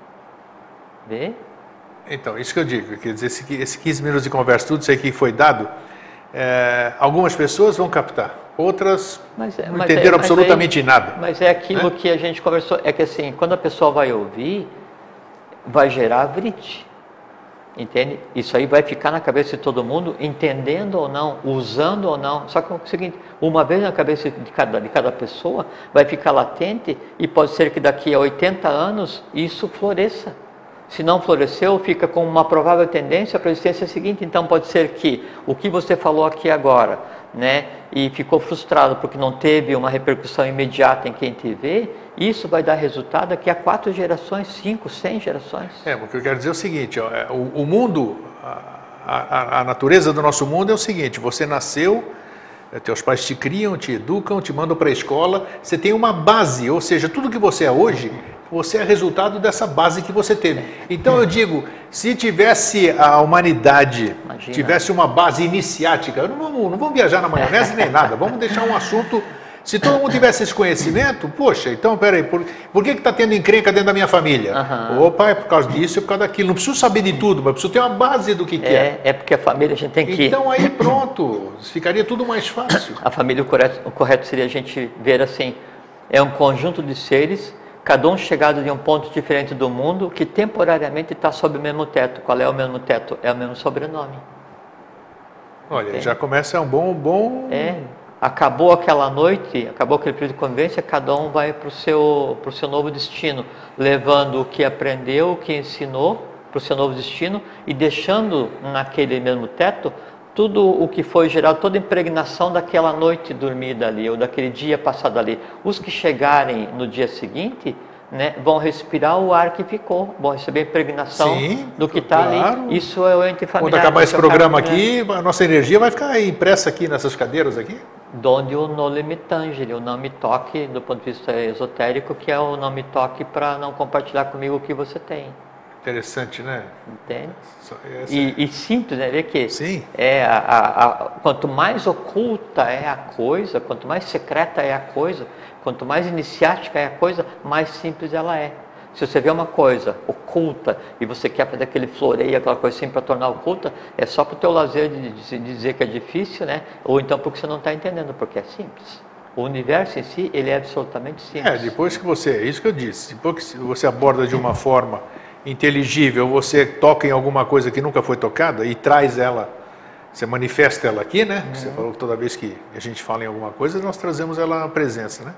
Vê? Então, isso que eu digo, quer dizer, esse, esse quinze minutos de conversa, tudo isso aí que foi dado, é, algumas pessoas vão captar, outras mas, não mas entenderam é, absolutamente aí, nada. Mas é aquilo né? que a gente conversou, é que assim, quando a pessoa vai ouvir, vai gerar vrite, entende? Isso aí vai ficar na cabeça de todo mundo, entendendo ou não, usando ou não. Só que é o seguinte, uma vez na cabeça de cada, de cada pessoa, vai ficar latente e pode ser que daqui a oitenta anos isso floresça. Se não floresceu, fica com uma provável tendência para a existência seguinte. Então pode ser que o que você falou aqui agora, né, e ficou frustrado porque não teve uma repercussão imediata em quem te vê, isso vai dar resultado daqui a quatro gerações, cinco, cem gerações. É, o que eu quero dizer é o seguinte, ó, o, o mundo, a, a, a natureza do nosso mundo é o seguinte, você nasceu, teus pais te criam, te educam, te mandam para a escola, você tem uma base, ou seja, tudo que você é hoje, você é resultado dessa base que você teve. Então eu digo, se tivesse a humanidade, Imagina. tivesse uma base iniciática, não vamos, não vamos viajar na maionese nem nada, vamos deixar um assunto, se todo mundo tivesse esse conhecimento, poxa, então peraí, por, por que está tendo encrenca dentro da minha família? Uhum. Opa, é por causa disso, é por causa daquilo, não preciso saber de tudo, mas preciso ter uma base do que, que é. É, é porque a família a gente tem que... Então aí pronto, ficaria tudo mais fácil. A família, o correto, o correto seria a gente ver assim, é um conjunto de seres, cada um chegado de um ponto diferente do mundo, que temporariamente está sob o mesmo teto. Qual é o mesmo teto? É o mesmo sobrenome. Olha, Entende? já começa um bom... bom... É, acabou aquela noite, acabou aquele período de convivência, cada um vai para o seu, pro seu novo destino, levando o que aprendeu, o que ensinou para o seu novo destino e deixando naquele mesmo teto tudo o que foi gerado, toda a impregnação daquela noite dormida ali, ou daquele dia passado ali. Os que chegarem no dia seguinte, né, vão respirar o ar que ficou, vão receber a impregnação Sim, do que está claro. ali. Isso é o ente familiar. Quando acabar esse programa aqui, a nossa energia vai ficar impressa aqui nessas cadeiras aqui? Donde o nome me tange, o não me toque, do ponto de vista esotérico, que é o não me toque para não compartilhar comigo o que você tem. Interessante, né? Entende? E, e simples, né? Ver que Sim. É a, a, a, quanto mais oculta é a coisa, quanto mais secreta é a coisa, quanto mais iniciática é a coisa, mais simples ela é. Se você vê uma coisa oculta e você quer fazer aquele floreio, aquela coisa assim para tornar oculta, é só para o teu lazer de, de dizer que é difícil, né? Ou então porque você não está entendendo, porque é simples. O universo em si, ele é absolutamente simples. É, depois que você, é isso que eu disse, depois que você aborda de uma forma inteligível, você toca em alguma coisa que nunca foi tocada e traz ela, você manifesta ela aqui, né? Uhum. Você falou que toda vez que a gente fala em alguma coisa, nós trazemos ela à presença, né?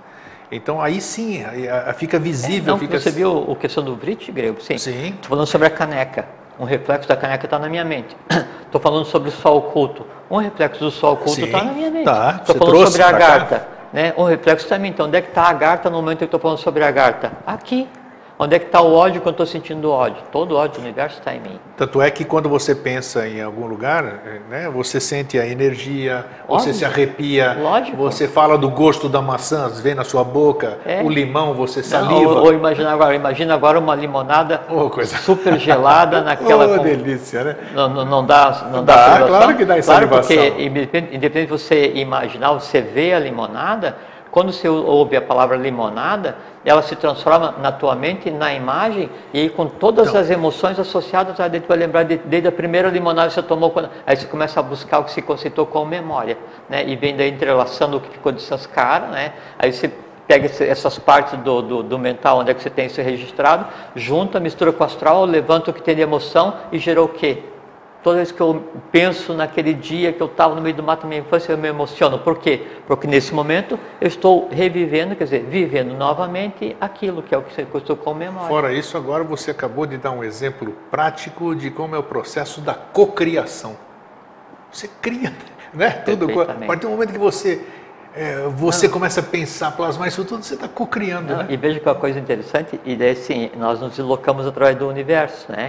Então aí sim, aí, a, fica visível. É, não, fica... Você viu a questão do Vrit, grego? Sim. Sim. Estou falando sobre a caneca. Um reflexo da caneca está na minha mente. Estou falando sobre o sol oculto. Um reflexo do sol oculto está na minha mente. Tá. Estou falando sobre a garta. Né? Um reflexo também. Então, onde é que está a garta no momento que eu estou falando sobre a garta? Aqui. Onde é que está o ódio quando eu estou sentindo ódio? Todo o ódio do universo está em mim. Tanto é que quando você pensa em algum lugar, né, você sente a energia, Óbvio. Você se arrepia, Lógico. Você fala do gosto da maçã, vem na sua boca, é. o limão, você saliva. Não, ou, ou imagina agora, imagina agora uma limonada oh, coisa. super gelada naquela... Oh, com... delícia, né? Não, não, não dá, não dá, dá claro que dá salivação. Claro, porque independente de você imaginar, você vê a limonada, quando você ouve a palavra limonada, ela se transforma na tua mente, na imagem, e aí com todas Não. as emoções associadas, aí tu vai lembrar de, desde a primeira limonada que você tomou, quando, aí você começa a buscar o que se conceitou como memória, né? E vem daí entrelaçando o que ficou de essas caras, né? Aí você pega essas partes do, do, do mental, onde é que você tem isso registrado, junta, mistura com o astral, levanta o que tem de emoção e gerou o quê? Toda vez que eu penso naquele dia que eu estava no meio do mato da minha infância, eu me emociono. Por quê? Porque nesse momento eu estou revivendo, quer dizer, vivendo novamente aquilo que é o que você costumou com memória. Fora isso, agora você acabou de dar um exemplo prático de como é o processo da cocriação. Você cria, né? Tudo. A partir do momento que você, é, você começa a pensar, plasmar isso tudo, você está cocriando. Né? E veja que é uma coisa interessante, e daí sim, nós nos deslocamos através do universo, né?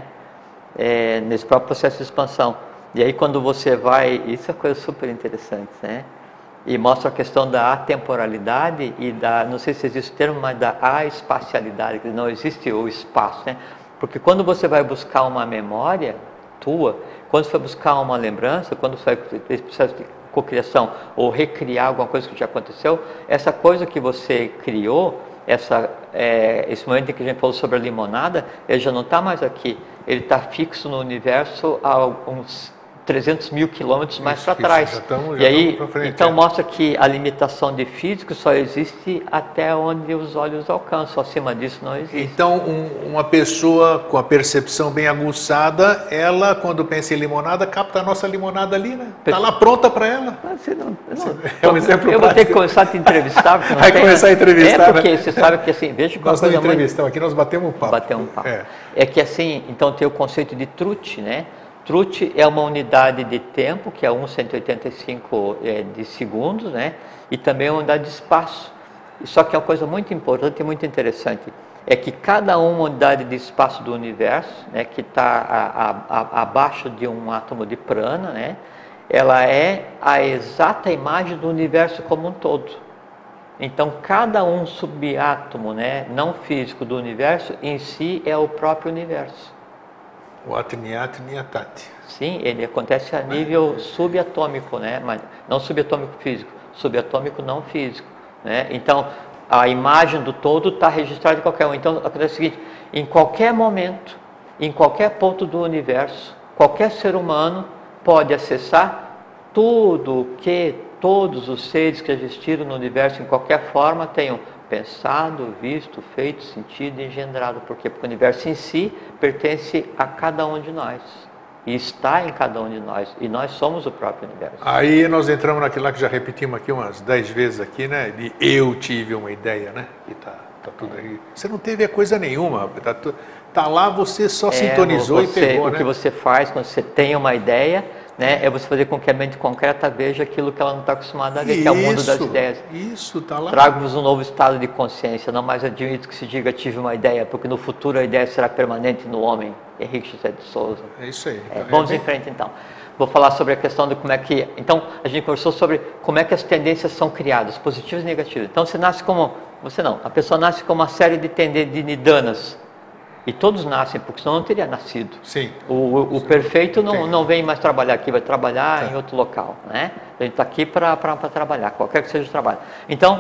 É, nesse próprio processo de expansão. E aí quando você vai, isso é uma coisa super interessante, né? E mostra a questão da atemporalidade e da, não sei se existe o termo, mas da espacialidade, que não existe o espaço, né? Porque quando você vai buscar uma memória tua, quando você vai buscar uma lembrança, quando você vai esse processo de cocriação ou recriar alguma coisa que já aconteceu, essa coisa que você criou, essa, é, esse momento em que a gente falou sobre a limonada, ele já não está mais aqui. Ele está fixo no universo há uns trezentos mil quilômetros mais para trás. Já tamo, já e aí, frente, então é. mostra que a limitação de físico só existe até onde os olhos alcançam. Acima disso não existe. Então, um, uma pessoa com a percepção bem aguçada, ela, quando pensa em limonada, capta a nossa limonada ali, né? Está lá pronta para ela. Você não, não, é um exemplo eu prático. vou ter que começar a te entrevistar. Vai tem, começar a entrevistar, É porque né? você sabe que assim, veja que nós uma não coisa entrevistamos muito... aqui, nós batemos um papo. Batemos um papo. É. é que assim, então tem o conceito de truth, né? Truth é uma unidade de tempo, que é um vírgula cento e oitenta e cinco é, de segundos, né? E também é uma unidade de espaço. Só que é uma coisa muito importante e muito interessante, é que cada uma unidade de espaço do universo, né, que está abaixo de um átomo de prana, né, ela é a exata imagem do universo como um todo. Então, cada um subátomo, né, não físico do universo, em si é o próprio universo. O Atniat Niatat. Sim, ele acontece a nível subatômico, né? Mas não subatômico físico, subatômico não físico, né? Então, a imagem do todo está registrada em qualquer um. Então, acontece o seguinte, em qualquer momento, em qualquer ponto do universo, qualquer ser humano pode acessar tudo que todos os seres que existiram no universo, em qualquer forma, tenham pensado, visto, feito, sentido e engendrado. Por quê? Porque o universo em si pertence a cada um de nós. E está em cada um de nós. E nós somos o próprio universo. Aí nós entramos naquilo lá que já repetimos aqui umas dez vezes aqui, né? De eu tive uma ideia, né? E tá, tá tudo aí. Você não teve coisa nenhuma. Tá, tá lá, você só é, sintonizou você, e pegou, o né? que você faz quando você tem uma ideia, né, é você fazer com que a mente concreta veja aquilo que ela não está acostumada a ver, isso, que é o mundo das ideias. Isso, tá lá. Trago-vos um novo estado de consciência, não mais admito que se diga tive uma ideia, porque no futuro a ideia será permanente no homem. Henrique José de Souza. É isso aí. É, vamos é bem... em frente então. Vou falar sobre a questão de como é que... Então, a gente conversou sobre como é que as tendências são criadas, positivas e negativas. Então, você nasce como... Você não. A pessoa nasce com uma série de tendências, de nidanas. E todos nascem, porque senão não teria nascido. Sim. O, o, o perfeito não, não vem mais trabalhar aqui, vai trabalhar tá. em outro local, né? A gente está aqui para trabalhar, qualquer que seja o trabalho. Então,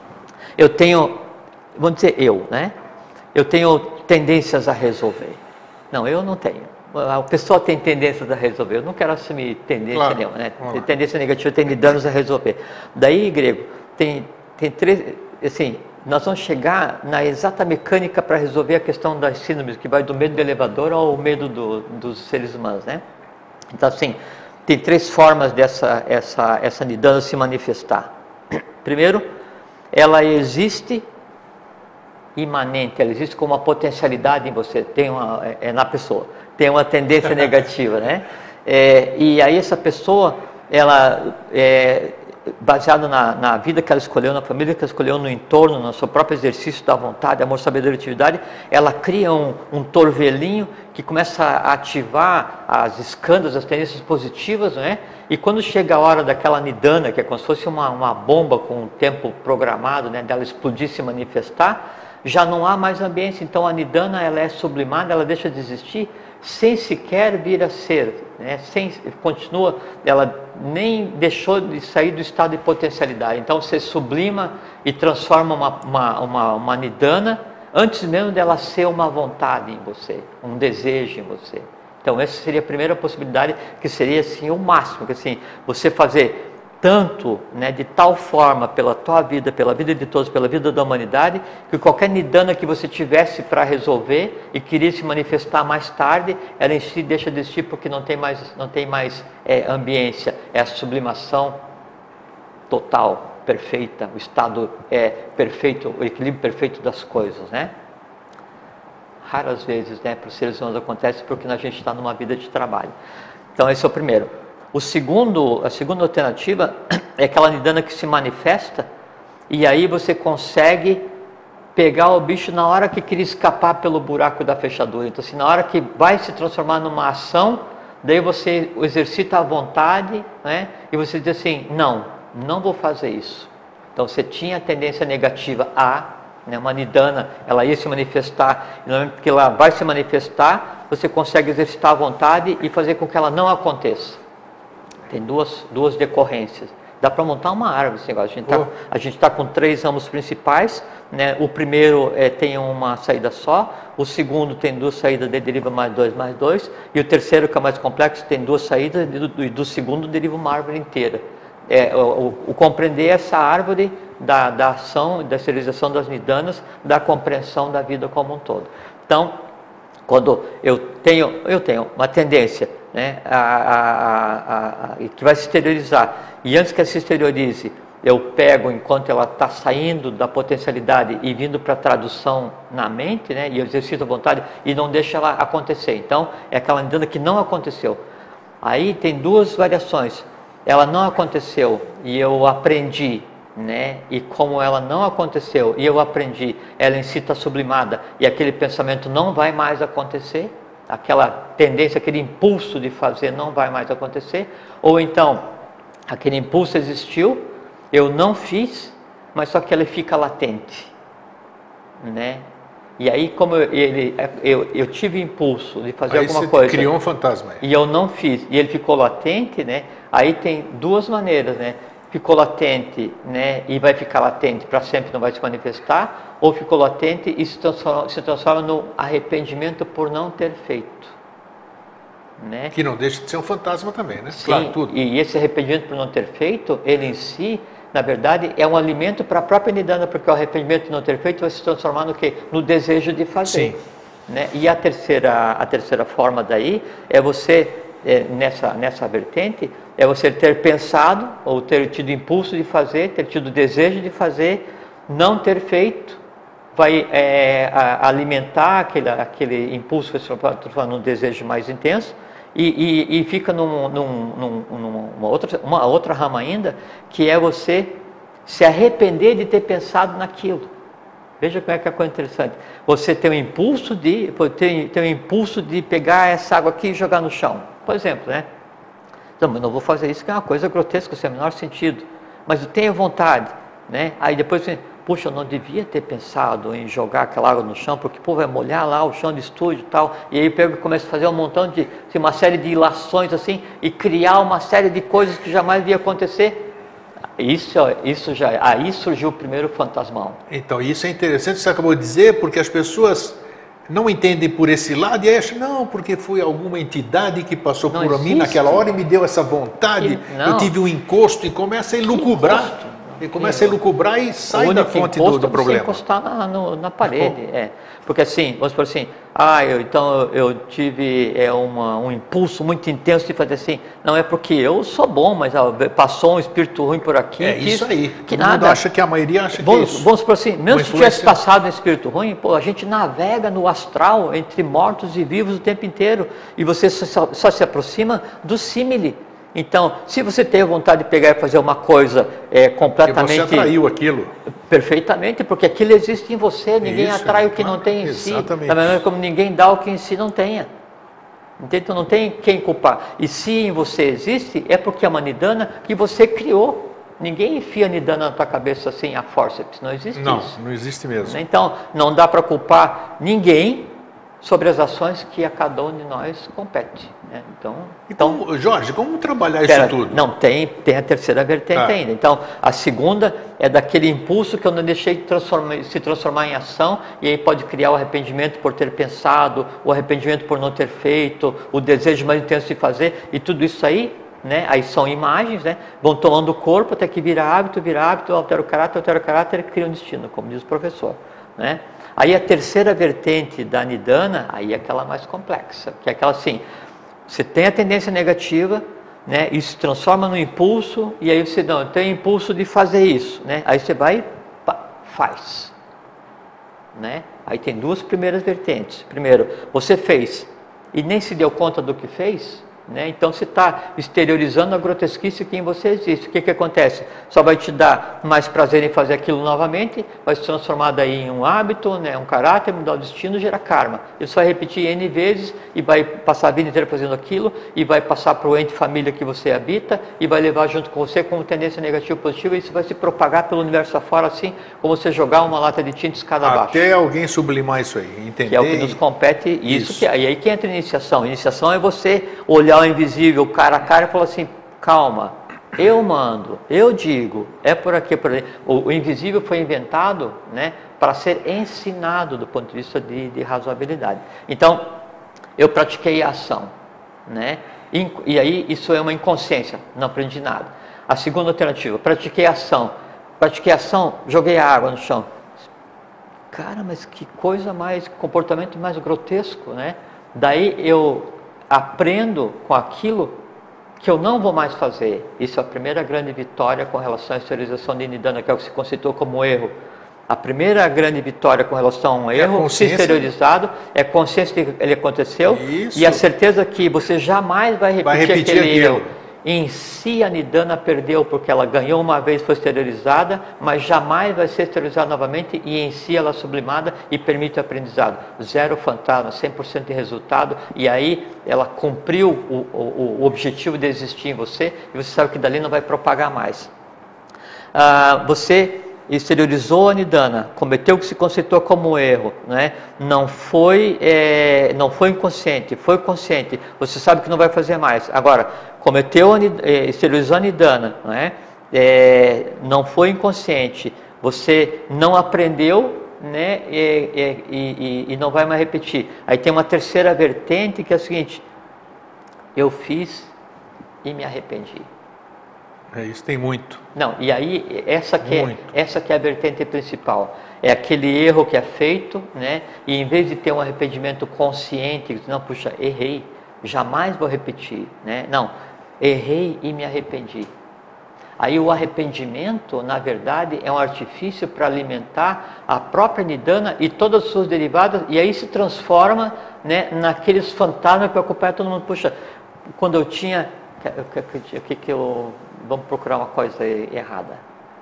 eu tenho, vamos dizer eu, né? Eu tenho tendências a resolver. Não, eu não tenho. A pessoa tem tendências a resolver. Eu não quero assumir tendência claro. nenhuma, né? Tem tendência negativa, tem danos a resolver. Daí, grego, tem, tem três, assim... Nós vamos chegar na exata mecânica para resolver a questão das síndromes, que vai do medo do elevador ao medo do, dos seres humanos, né? Então, assim, tem três formas dessa essa, essa nidana se manifestar. Primeiro, ela existe imanente, ela existe como uma potencialidade em você, tem uma, é, é na pessoa, tem uma tendência negativa, né? É, e aí essa pessoa, ela, é, baseada na, na vida que ela escolheu, na família que ela escolheu, no entorno, no seu próprio exercício da vontade, amor, sabedoria e atividade, ela cria um, um torvelinho que começa a ativar as escândalos, as tendências positivas, né? E quando chega a hora daquela nidana, que é como se fosse uma, uma bomba com um tempo programado, né, dela explodir, se manifestar, já não há mais ambiência. Então a nidana, ela é sublimada, ela deixa de existir sem sequer vir a ser, né? Sem, continua, ela nem deixou de sair do estado de potencialidade. Então você sublima e transforma uma, uma, uma, uma nidana antes mesmo dela ser uma vontade em você, um desejo em você. Então essa seria a primeira possibilidade, que seria assim o máximo, que assim, você fazer tanto, né, de tal forma pela tua vida, pela vida de todos, pela vida da humanidade, que qualquer nidana que você tivesse para resolver e queria se manifestar mais tarde, ela em si deixa de existir, porque não tem mais, não tem mais é, ambiência, é a sublimação total, perfeita, o estado é perfeito, o equilíbrio perfeito das coisas, né? Raras vezes, né, para os seres humanos acontece, porque a gente está numa vida de trabalho. Então esse é o primeiro. O segundo, a segunda alternativa é aquela nidana que se manifesta e aí você consegue pegar o bicho na hora que queria escapar pelo buraco da fechadura. Então, assim, na hora que vai se transformar numa ação, daí você exercita a vontade, né? E você diz assim, não, não vou fazer isso. Então você tinha a tendência negativa a, né, uma nidana, ela ia se manifestar, e no momento que ela vai se manifestar, você consegue exercitar a vontade e fazer com que ela não aconteça. Tem duas, duas decorrências. Dá para montar uma árvore esse negócio. A gente está oh. tá com três ramos principais, né? O primeiro é, tem uma saída só, o segundo tem duas saídas, de deriva mais dois, mais dois, e o terceiro, que é mais complexo, tem duas saídas, e do, do, do segundo deriva uma árvore inteira. É, o, o, o compreender essa árvore da, da ação, da serialização das nidanas, da compreensão da vida como um todo. Então, quando eu tenho, eu tenho uma tendência, né, a, a, a, a, que vai se exteriorizar, e antes que ela se exteriorize, eu pego enquanto ela está saindo da potencialidade e vindo para a tradução na mente, né, e eu exercito a vontade e não deixo ela acontecer. Então, é aquela nidana que não aconteceu. Aí tem duas variações. Ela não aconteceu e eu aprendi, né? E como ela não aconteceu e eu aprendi, ela em si está sublimada e aquele pensamento não vai mais acontecer, aquela tendência, aquele impulso de fazer não vai mais acontecer, ou então aquele impulso existiu, eu não fiz, mas só que ele fica latente, né? E aí, como eu, ele, eu, eu tive impulso de fazer aí alguma você coisa, criou um fantasma aí. E eu não fiz, e ele ficou latente, né? Aí tem duas maneiras, né? Ficou latente, né? E vai ficar latente para sempre, não vai se manifestar, ou ficou latente e se transforma, se transforma no arrependimento por não ter feito, né? Que não deixa de ser um fantasma também, né? Sim, claro, tudo. E esse arrependimento por não ter feito, ele em si, na verdade, é um alimento para a própria nidana, porque o arrependimento de não ter feito vai se transformar no quê? No desejo de fazer. Sim. Né? E a terceira, a terceira forma daí é você, é, nessa, nessa vertente, é você ter pensado, ou ter tido impulso de fazer, ter tido desejo de fazer, não ter feito, vai é, a, alimentar aquele, aquele impulso, vai se transformar num desejo mais intenso, E, e, e fica num, num, num, numa outra, uma outra rama ainda, que é você se arrepender de ter pensado naquilo. Veja como é que é a coisa interessante. Você tem o impulso de, tem, tem o impulso de pegar essa água aqui e jogar no chão, por exemplo, né? Não, mas não vou fazer isso, que é uma coisa grotesca, sem o menor sentido. Mas eu tenho vontade, né? Aí depois você, puxa, eu não devia ter pensado em jogar aquela água no chão, porque, pô, vai molhar lá o chão de estúdio e tal. E aí eu pego e começo a fazer um montão de, assim, uma série de ilações assim, e criar uma série de coisas que jamais ia acontecer. Isso, isso já, aí surgiu o primeiro fantasmão. Então, isso é interessante, você acabou de dizer, porque as pessoas não entendem por esse lado e acham, não, porque foi alguma entidade que passou não por existe. mim naquela hora e me deu essa vontade, E, eu tive um encosto e começa a elucubrar. E começa a lucubrar e sai da fonte do, do problema. Você encostar na, no, na parede, é. Porque assim, vamos supor assim, ah, eu, então eu tive é, uma, um impulso muito intenso de fazer assim, não é porque eu sou bom, mas ó, passou um espírito ruim por aqui. É que, isso aí. Que Todo nada. mundo acha que a maioria acha vamos, que é isso. Vamos supor assim, mesmo se influência... tivesse passado um espírito ruim, pô, a gente navega no astral entre mortos e vivos o tempo inteiro e você só, só se aproxima do símile. Então, se você tem vontade de pegar e fazer uma coisa é, completamente... E você atraiu aquilo. Perfeitamente, porque aquilo existe em você, ninguém Isso, atrai o que claro, não tem em exatamente. si, da maneira como ninguém dá o que em si não tenha. Entende? Então não tem quem culpar. E se em você existe, é porque é uma nidana que você criou. Ninguém enfia nidana na tua cabeça assim, a forceps, não existe não, isso. Não, não existe mesmo. Então, não dá para culpar ninguém sobre as ações que a cada um de nós compete. Né? Então, então, então, Jorge, como trabalhar pera, isso tudo? Não, tem, tem a terceira vertente ah. ainda. Então, a segunda é daquele impulso que eu não deixei de transformar, se transformar em ação, e aí pode criar o arrependimento por ter pensado, o arrependimento por não ter feito, o desejo mais intenso de fazer, e tudo isso aí, né? Aí são imagens, né? Vão tomando o corpo até que vira hábito, vira hábito, altera o caráter, altera o caráter e cria um destino, como diz o professor. Né? Aí a terceira vertente da nidana, aí é aquela mais complexa, que é aquela assim, você tem a tendência negativa, né? Isso se transforma no impulso, e aí você não, tem impulso de fazer isso, né? Aí você vai, pá, faz. Né? Aí tem duas primeiras vertentes. Primeiro, você fez e nem se deu conta do que fez, né? Então você está exteriorizando a grotesquice que em você existe. O que, que acontece? Só vai te dar mais prazer em fazer aquilo novamente, vai se transformar daí em um hábito, né? Um caráter, mudar o destino, gerar karma. Isso vai repetir N vezes e vai passar a vida inteira fazendo aquilo, e vai passar para o ente família que você habita, e vai levar junto com você como tendência negativa ou positiva, e isso vai se propagar pelo universo afora, assim como você jogar uma lata de tinta escada abaixo. Até alguém sublimar isso aí, entender. Que é o que nos compete, isso, isso. Que, e aí que entra a iniciação. A iniciação é você olhar o invisível cara a cara e falar assim, calma, eu mando, eu digo, é por aqui, por ali. O, o invisível foi inventado, né, para ser ensinado do ponto de vista de, de razoabilidade. Então, eu pratiquei a ação, né, e, e aí isso é uma inconsciência, não aprendi nada. A segunda alternativa, pratiquei a ação, pratiquei a ação, joguei a água no chão. Cara, mas que coisa mais, que comportamento mais grotesco, né? Daí eu aprendo com aquilo que eu não vou mais fazer. Isso é a primeira grande vitória com relação à exteriorização de nidana, que é o que se considerou como erro. A primeira grande vitória com relação a um erro se exteriorizado é a consciência de que ele aconteceu. Isso. E a certeza que você jamais vai repetir, vai repetir aquele aquilo. erro. Em si a nidana perdeu porque ela ganhou uma vez, foi exteriorizada, mas jamais vai ser exteriorizada novamente, e em si ela é sublimada e permite o aprendizado. Zero fantasma, cem por cento de resultado, e aí ela cumpriu o, o, o objetivo de existir em você, e você sabe que dali não vai propagar mais. Ah, você exteriorizou a nidana, cometeu o que se conceitou como erro, né? não, foi, é, não foi inconsciente, foi consciente, você sabe que não vai fazer mais. Agora, cometeu, a, é, exteriorizou a nidana, né? é, não foi inconsciente, você não aprendeu, né? e, e, e, e não vai mais repetir. Aí tem uma terceira vertente que é a seguinte, eu fiz e me arrependi. É, isso tem muito. Não, e aí essa que, é, essa que é a vertente principal. É aquele erro que é feito, né? E em vez de ter um arrependimento consciente, não, puxa, errei, jamais vou repetir, né? Não, errei e me arrependi. Aí o arrependimento, na verdade, é um artifício para alimentar a própria nidana e todas as suas derivadas, e aí se transforma, né, naqueles fantasmas que ocupam todo mundo. Puxa, quando eu tinha... O que que eu... Vamos procurar uma coisa errada.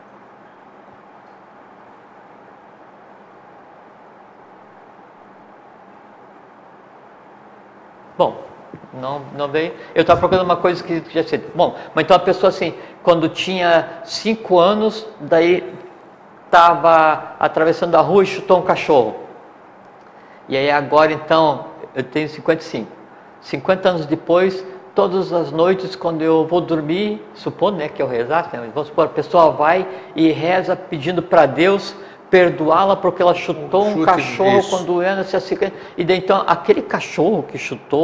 Bom, não, não veio. Eu estava procurando uma coisa que já sei. Bom, mas então a pessoa assim, quando tinha cinco anos, daí estava atravessando a rua e chutou um cachorro. E aí agora então, eu tenho cinquenta e cinco. cinquenta anos depois... Todas as noites, quando eu vou dormir, supondo, né, que eu rezasse, né, vamos supor, a pessoa vai e reza pedindo para Deus perdoá-la porque ela chutou um, um cachorro isso. quando ela se assim, e daí então aquele cachorro que chutou,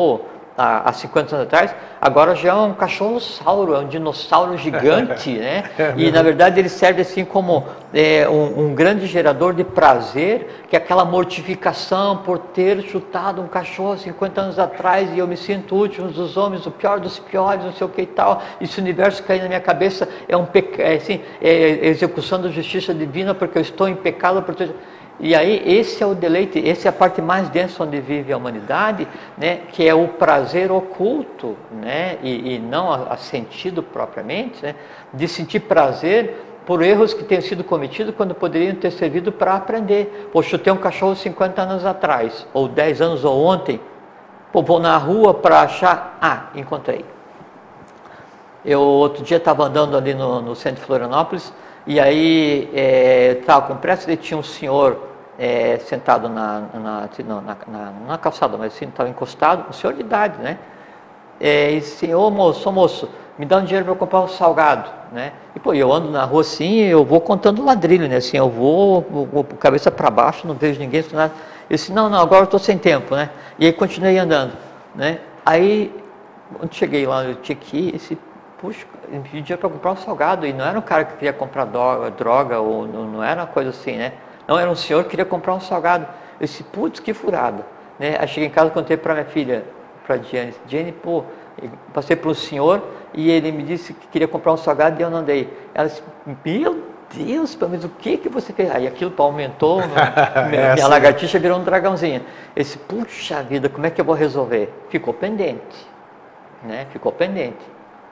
há cinquenta anos atrás, agora já é um cachorro-sauro, é um dinossauro gigante, né? É, e na verdade ele serve assim como é, um, um grande gerador de prazer, que é aquela mortificação por ter chutado um cachorro há cinquenta anos atrás e eu me sinto último dos homens, o pior dos piores, não sei o que e tal, e se o universo cair na minha cabeça é um peca... é, assim, é execução da justiça divina porque eu estou em pecado, por ter... E aí, esse é o deleite, essa é a parte mais densa onde vive a humanidade, né, que é o prazer oculto, né, e, e não a, a sentido propriamente, né, de sentir prazer por erros que tenham sido cometidos quando poderiam ter servido para aprender. Pô, chutei um cachorro cinquenta anos atrás, ou dez anos, ou ontem, pô, vou na rua para achar, ah, encontrei. Eu outro dia estava andando ali no, no centro de Florianópolis, e aí estava é, com pressa e tinha um senhor É, sentado na, na, na, na, na calçada, mas assim, estava encostado, um senhor de idade, né? É, e assim, ô moço, ô moço, me dá um dinheiro para eu comprar um salgado, né? E pô, eu ando na rua assim, eu vou contando ladrilho, né? Assim, eu vou, vou, vou cabeça para baixo, não vejo ninguém, nada. Eu disse, não, não, agora eu estou sem tempo, né? E aí continuei andando, né? Aí, quando cheguei lá, eu tinha que ir, esse, puxa, me pediu dinheiro para comprar um salgado, e não era um cara que queria comprar droga, droga ou não, não era uma coisa assim, né? Não, era um senhor que queria comprar um salgado. Eu disse, putz, que furada. Né? Aí cheguei em casa e contei para minha filha, para a Diane. Diane, pô, passei para um senhor e ele me disse que queria comprar um salgado e eu não dei. Ela disse, meu Deus, mas o que que você fez? Aí aquilo aumentou, minha, minha lagartixa virou um dragãozinho. Eu disse, puxa vida, como é que eu vou resolver? Ficou pendente. Né? Ficou pendente.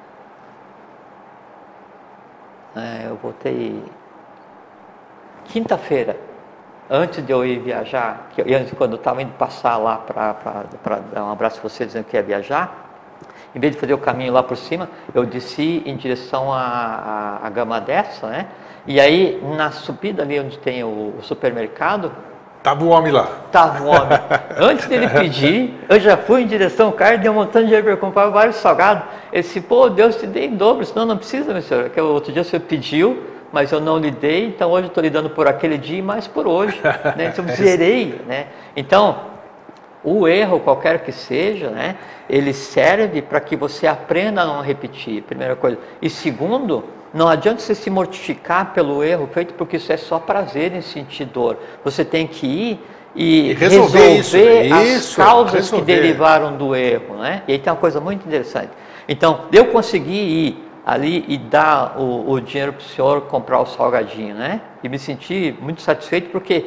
É, eu voltei quinta-feira. Antes de eu ir viajar, que eu, quando eu estava indo passar lá para dar um abraço a você dizendo que ia viajar, em vez de fazer o caminho lá por cima, eu desci em direção à, à, à Gama dessa, né? E aí, na subida ali onde tem o, o supermercado... Estava o homem lá. Estava o homem. Antes dele pedir, eu já fui em direção ao cara e dei um montão de dinheiro para comprar vários salgados. Ele disse, pô, Deus te dê em dobro, senão não precisa, meu senhor. Porque outro dia o senhor pediu, mas eu não lidei, então hoje eu estou lidando por aquele dia e mais por hoje, né? Então eu zerei, né? Então, o erro, qualquer que seja, né? Ele serve para que você aprenda a não repetir, primeira coisa. E segundo, não adianta você se mortificar pelo erro feito, porque isso é só prazer em sentir dor. Você tem que ir e, e resolver, resolver isso, as isso, causas resolver. que derivaram do erro, né? E aí tem uma coisa muito interessante. Então, eu consegui ir ali e dar o, o dinheiro para o senhor comprar o salgadinho, né? E me senti muito satisfeito porque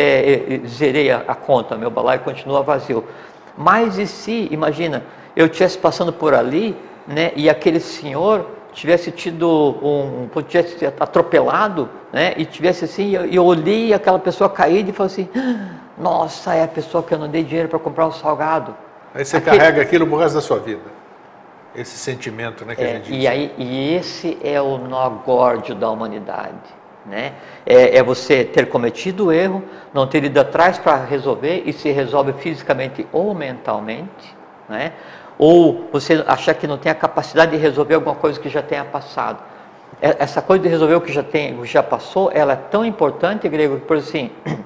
é, zerei a, a conta, meu balaio continua vazio. Mas e se, imagina, eu estivesse passando por ali, né? E aquele senhor tivesse tido um, tivesse atropelado, né? E tivesse assim, eu, eu olhei aquela pessoa caída e falei assim, nossa, é a pessoa que eu não dei dinheiro para comprar um salgado. Aí você aquele... carrega aquilo pro resto da sua vida. Esse sentimento, né, que é, a gente diz. E, aí, e esse é o nó górdio da humanidade, né? É, é você ter cometido o erro, não ter ido atrás para resolver, e se resolve fisicamente ou mentalmente, né? Ou você achar que não tem a capacidade de resolver alguma coisa que já tenha passado. Essa coisa de resolver o que já, tem, já passou, ela é tão importante, Grego, que por assim...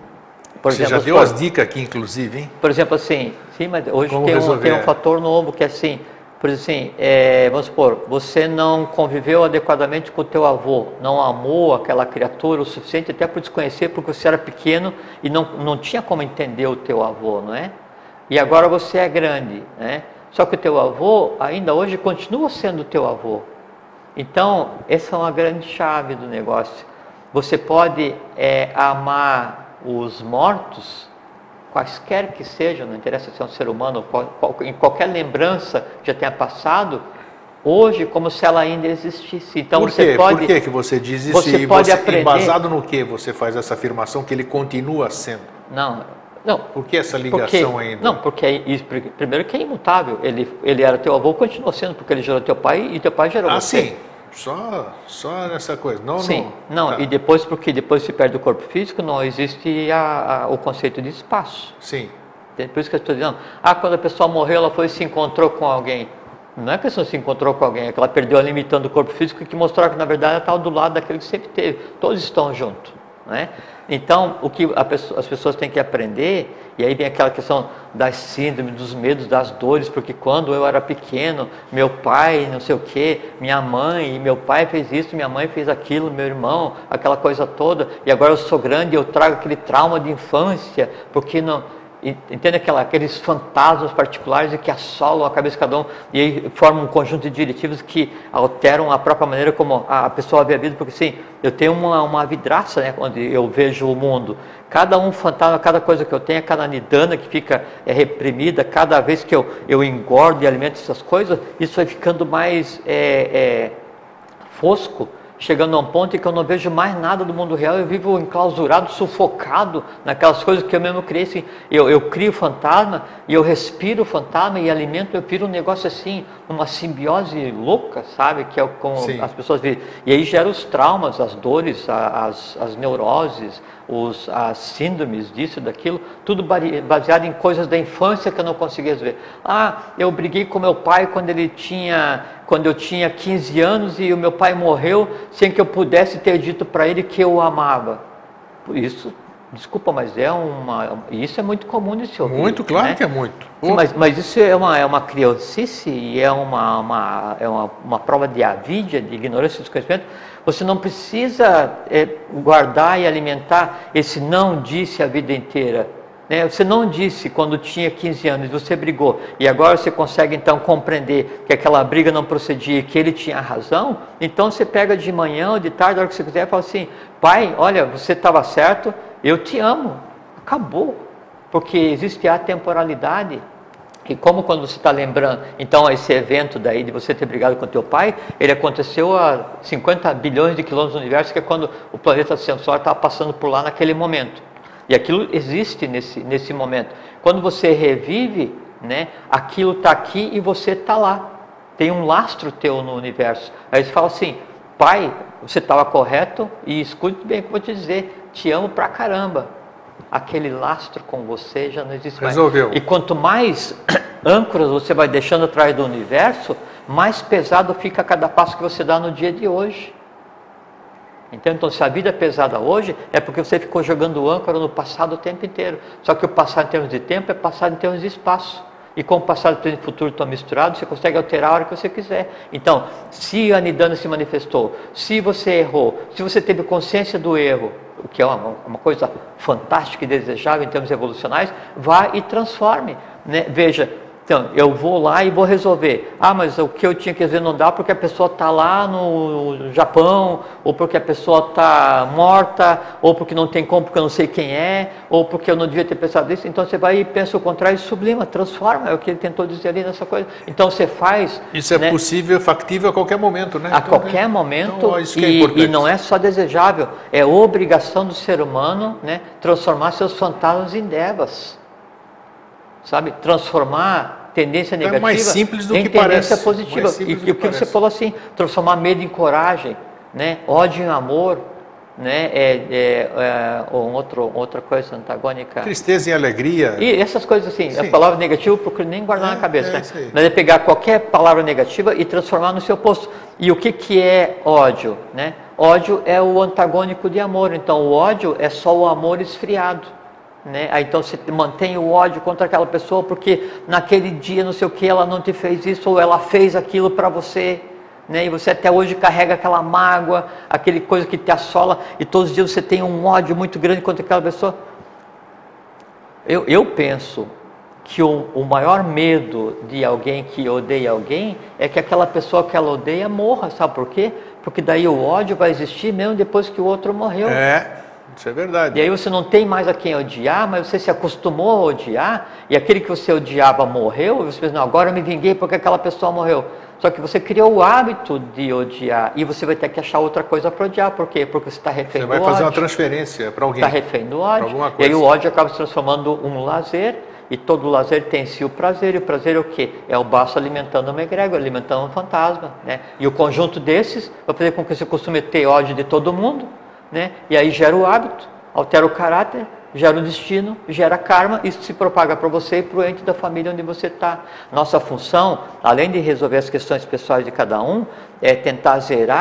Por você exemplo, já deu as dicas aqui, inclusive, hein? Por exemplo, assim, sim, mas hoje tem um, tem um fator novo que é assim... Por exemplo, assim, é, vamos supor, você não conviveu adequadamente com o teu avô, não amou aquela criatura o suficiente até por desconhecer, porque você era pequeno e não, não tinha como entender o teu avô, não é? E agora você é grande, né? Só que o teu avô ainda hoje continua sendo o teu avô. Então, essa é uma grande chave do negócio. Você pode é, amar os mortos, quaisquer que sejam, não interessa se é um ser humano, qual, qual, em qualquer lembrança que já tenha passado, hoje como se ela ainda existisse. Então, Por você quê? pode... Por que que você diz isso? Você e pode você, aprender... Embasado no que você faz essa afirmação que ele continua sendo? Não, não. Por que essa ligação porque, ainda? Não, porque é, primeiro que é imutável. Ele, ele era teu avô, continua sendo, porque ele gerou teu pai e teu pai gerou ah, você. Ah, sim. Só, só nessa coisa. Não, sim, não. não Tá. E depois, porque depois se perde o corpo físico, não existe a, a, o conceito de espaço. Sim. Por isso que eu estou dizendo, ah, quando a pessoa morreu, ela foi e se encontrou com alguém. Não é que ela se encontrou com alguém, é que ela perdeu a limitando do corpo físico, que mostrou que, na verdade, ela estava do lado daquele que sempre teve. Todos estão juntos. né? Então, o que pessoa, as pessoas têm que aprender, e aí vem aquela questão das síndromes, dos medos, das dores, porque quando eu era pequeno, meu pai, não sei o que, minha mãe, meu pai fez isso, minha mãe fez aquilo, meu irmão, aquela coisa toda, e agora eu sou grande e eu trago aquele trauma de infância, porque não... Entende aquela, aqueles fantasmas particulares que assolam a cabeça de cada um e aí formam um conjunto de diretivos que alteram a própria maneira como a pessoa vê a vida, porque sim, eu tenho uma, uma vidraça, né, onde eu vejo o mundo. Cada um fantasma, cada coisa que eu tenho, cada nidana que fica é, reprimida, cada vez que eu, eu engordo e alimento essas coisas, isso vai ficando mais é, é, fosco, chegando a um ponto em que eu não vejo mais nada do mundo real, eu vivo enclausurado, sufocado naquelas coisas que eu mesmo criei. Assim, eu, eu crio fantasma e eu respiro o fantasma e alimento, eu viro um negócio assim, uma simbiose louca, sabe? Que é como Sim. as pessoas vivem. E aí gera os traumas, as dores, as, as neuroses, os, as síndromes disso, daquilo, tudo baseado em coisas da infância que eu não conseguia ver. Ah, eu briguei com meu pai quando ele tinha... quando eu tinha quinze anos e o meu pai morreu sem que eu pudesse ter dito para ele que eu o amava. Por isso, desculpa, mas é uma... isso é muito comum de se ouvir. Muito, claro, né? Que é muito. Sim, mas, mas isso é uma, é uma criancice e é, uma, uma, é uma, uma prova de avidia, de ignorância dos conhecimentos. Você não precisa é, guardar e alimentar esse não disse a vida inteira. Você não disse quando tinha quinze anos, você brigou, e agora você consegue então compreender que aquela briga não procedia, que ele tinha razão, então você pega de manhã ou de tarde, a hora que você quiser, e fala assim, pai, olha, você estava certo, eu te amo, acabou, porque existe a temporalidade, e como quando você está lembrando, então esse evento daí de você ter brigado com teu pai, ele aconteceu a cinquenta bilhões de quilômetros do universo, que é quando o planeta sensório estava passando por lá naquele momento. E aquilo existe nesse, nesse momento. Quando você revive, né, aquilo está aqui e você está lá. Tem um lastro teu no universo. Aí você fala assim, pai, você estava correto e escute bem o que eu vou te dizer, te amo pra caramba. Aquele lastro com você já não existe mais. Resolveu. E quanto mais âncoras você vai deixando atrás do universo, mais pesado fica cada passo que você dá no dia de hoje. Então, se a vida é pesada hoje, é porque você ficou jogando âncora no passado o tempo inteiro. Só que o passado em termos de tempo é passado em termos de espaço. E como o passado, presente e futuro estão misturados, você consegue alterar a hora que você quiser. Então, se a nidana se manifestou, se você errou, se você teve consciência do erro, o que é uma, uma coisa fantástica e desejável em termos evolucionais, vá e transforme. Né? Veja, então, eu vou lá e vou resolver. Ah, mas o que eu tinha que fazer não dá porque a pessoa está lá no Japão, ou porque a pessoa está morta, ou porque não tem como, porque eu não sei quem é, ou porque eu não devia ter pensado nisso. Então você vai e pensa o contrário e sublima, transforma, é o que ele tentou dizer ali nessa coisa. Então você faz... Isso é, né, possível, factível a qualquer momento, né? A então, qualquer né? momento, então, isso que é e, e não é só desejável, é obrigação do ser humano, né, transformar seus fantasmas em devas. Sabe, transformar tendência negativa é mais simples do em que tendência parece. positiva. E, e o que você falou assim, transformar medo em coragem, né? Ódio em amor, né? É, é, é um outro, outra coisa antagônica. Tristeza em alegria. E essas coisas assim, Sim. As palavras negativas eu procuro nem guardar é, na cabeça. É né? Mas é pegar qualquer palavra negativa e transformar no seu oposto. E o que, que é ódio? Né? Ódio é o antagônico de amor. Então o ódio é só o amor esfriado. Né? Aí, então você mantém o ódio contra aquela pessoa porque naquele dia não sei o que ela não te fez isso ou ela fez aquilo para você, né? E você até hoje carrega aquela mágoa, aquele coisa que te assola e todos os dias você tem um ódio muito grande contra aquela pessoa. Eu, eu penso que o, o maior medo de alguém que odeia alguém é que aquela pessoa que ela odeia morra, sabe por quê? Porque daí o ódio vai existir mesmo depois que o outro morreu. É. Isso é verdade. E aí você não tem mais a quem odiar, mas você se acostumou a odiar, e aquele que você odiava morreu, e você pensa, não, agora eu me vinguei porque aquela pessoa morreu. Só que você criou o hábito de odiar, e você vai ter que achar outra coisa para odiar. Por quê? Porque você está refém do ódio. Você vai fazer uma transferência para alguém. Está refém do ódio, e aí o ódio acaba se transformando um lazer, e todo lazer tem em si o prazer, e o prazer é o quê? É o baço alimentando uma egrégora, alimentando um fantasma. Né? E o conjunto desses vai fazer com que você costume ter ódio de todo mundo, né? E aí gera o hábito, altera o caráter, gera o destino, gera karma, isso se propaga para você e para o ente da família onde você está. Nossa função, além de resolver as questões pessoais de cada um, é tentar zerar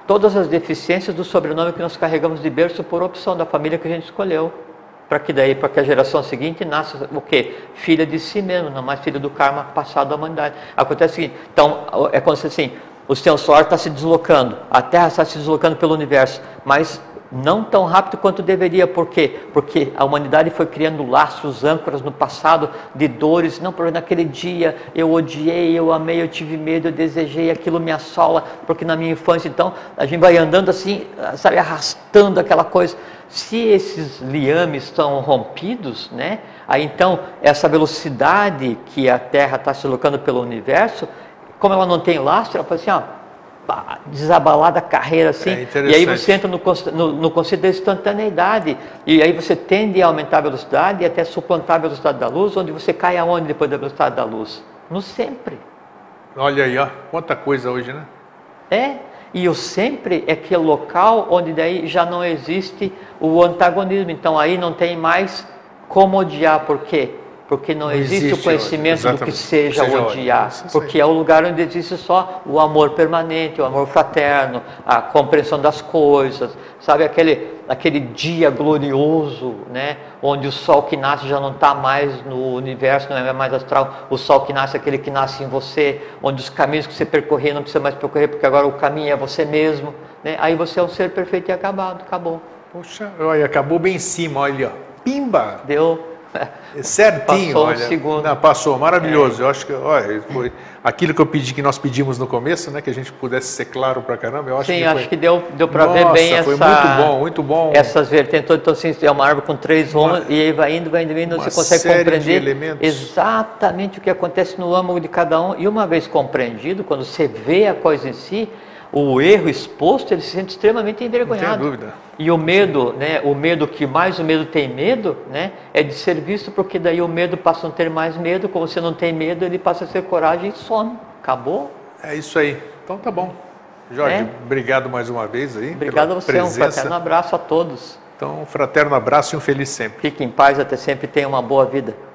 todas as deficiências do sobrenome que nós carregamos de berço por opção da família que a gente escolheu. Para que daí, para que a geração seguinte nasça o quê? Filha de si mesmo, não mais filha do karma passado da humanidade. Acontece o seguinte, então, é como se assim, o sistema solar está se deslocando, a Terra está se deslocando pelo universo, mas não tão rápido quanto deveria. Por quê? Porque a humanidade foi criando laços, âncoras no passado de dores. Não, porque naquele dia eu odiei, eu amei, eu tive medo, eu desejei, aquilo me assola, porque na minha infância, então, a gente vai andando assim, sabe, arrastando aquela coisa. Se esses liames estão rompidos, né, aí então, essa velocidade que a Terra está se deslocando pelo universo, como ela não tem lastro, ela faz assim, ó, desabalada a carreira assim, é e aí você entra no, no, no conceito da instantaneidade, e aí você tende a aumentar a velocidade e até suplantar a velocidade da luz, onde você cai aonde depois da velocidade da luz? No sempre. Olha aí, ó, quanta coisa hoje, né? É, e o sempre é aquele local onde daí já não existe o antagonismo, então aí não tem mais como odiar. Por quê? Porque não, não existe, existe o conhecimento do que seja, seja odiar, ódio. Porque é o lugar onde existe só o amor permanente, o amor fraterno, a compreensão das coisas, sabe, aquele, aquele dia glorioso, né, onde o sol que nasce já não está mais no universo, não é mais astral, o sol que nasce é aquele que nasce em você, onde os caminhos que você percorria não precisa mais percorrer, porque agora o caminho é você mesmo, né, aí você é um ser perfeito e acabado, acabou. Poxa, olha, acabou bem em cima, olha, pimba! Deu... certinho, passou olha, um segundo. Não, passou, maravilhoso. É. Eu acho que, olha, foi aquilo que eu pedi, que nós pedimos no começo, né, que a gente pudesse ser claro pra caramba. Eu acho Sim, que acho foi... que deu, deu para ver bem essa. Foi muito bom, muito bom. Essas vertentes, então assim, é uma árvore com três ramos e aí vai indo, vai indo, vai indo, você consegue compreender exatamente o que acontece no âmago de cada um. E uma vez compreendido, quando você vê a coisa em si, o erro exposto, ele se sente extremamente envergonhado. Não tem dúvida. E o medo, né, o medo que mais o medo tem medo, né, é de ser visto, porque daí o medo passa a não ter mais medo, como você não tem medo, ele passa a ser coragem e some. Acabou? É isso aí. Então tá bom. Jorge, é. obrigado mais uma vez aí. Obrigado a você, presença. Um fraterno abraço a todos. Então, um fraterno abraço e um feliz sempre. Fique em paz, até sempre, tenha uma boa vida.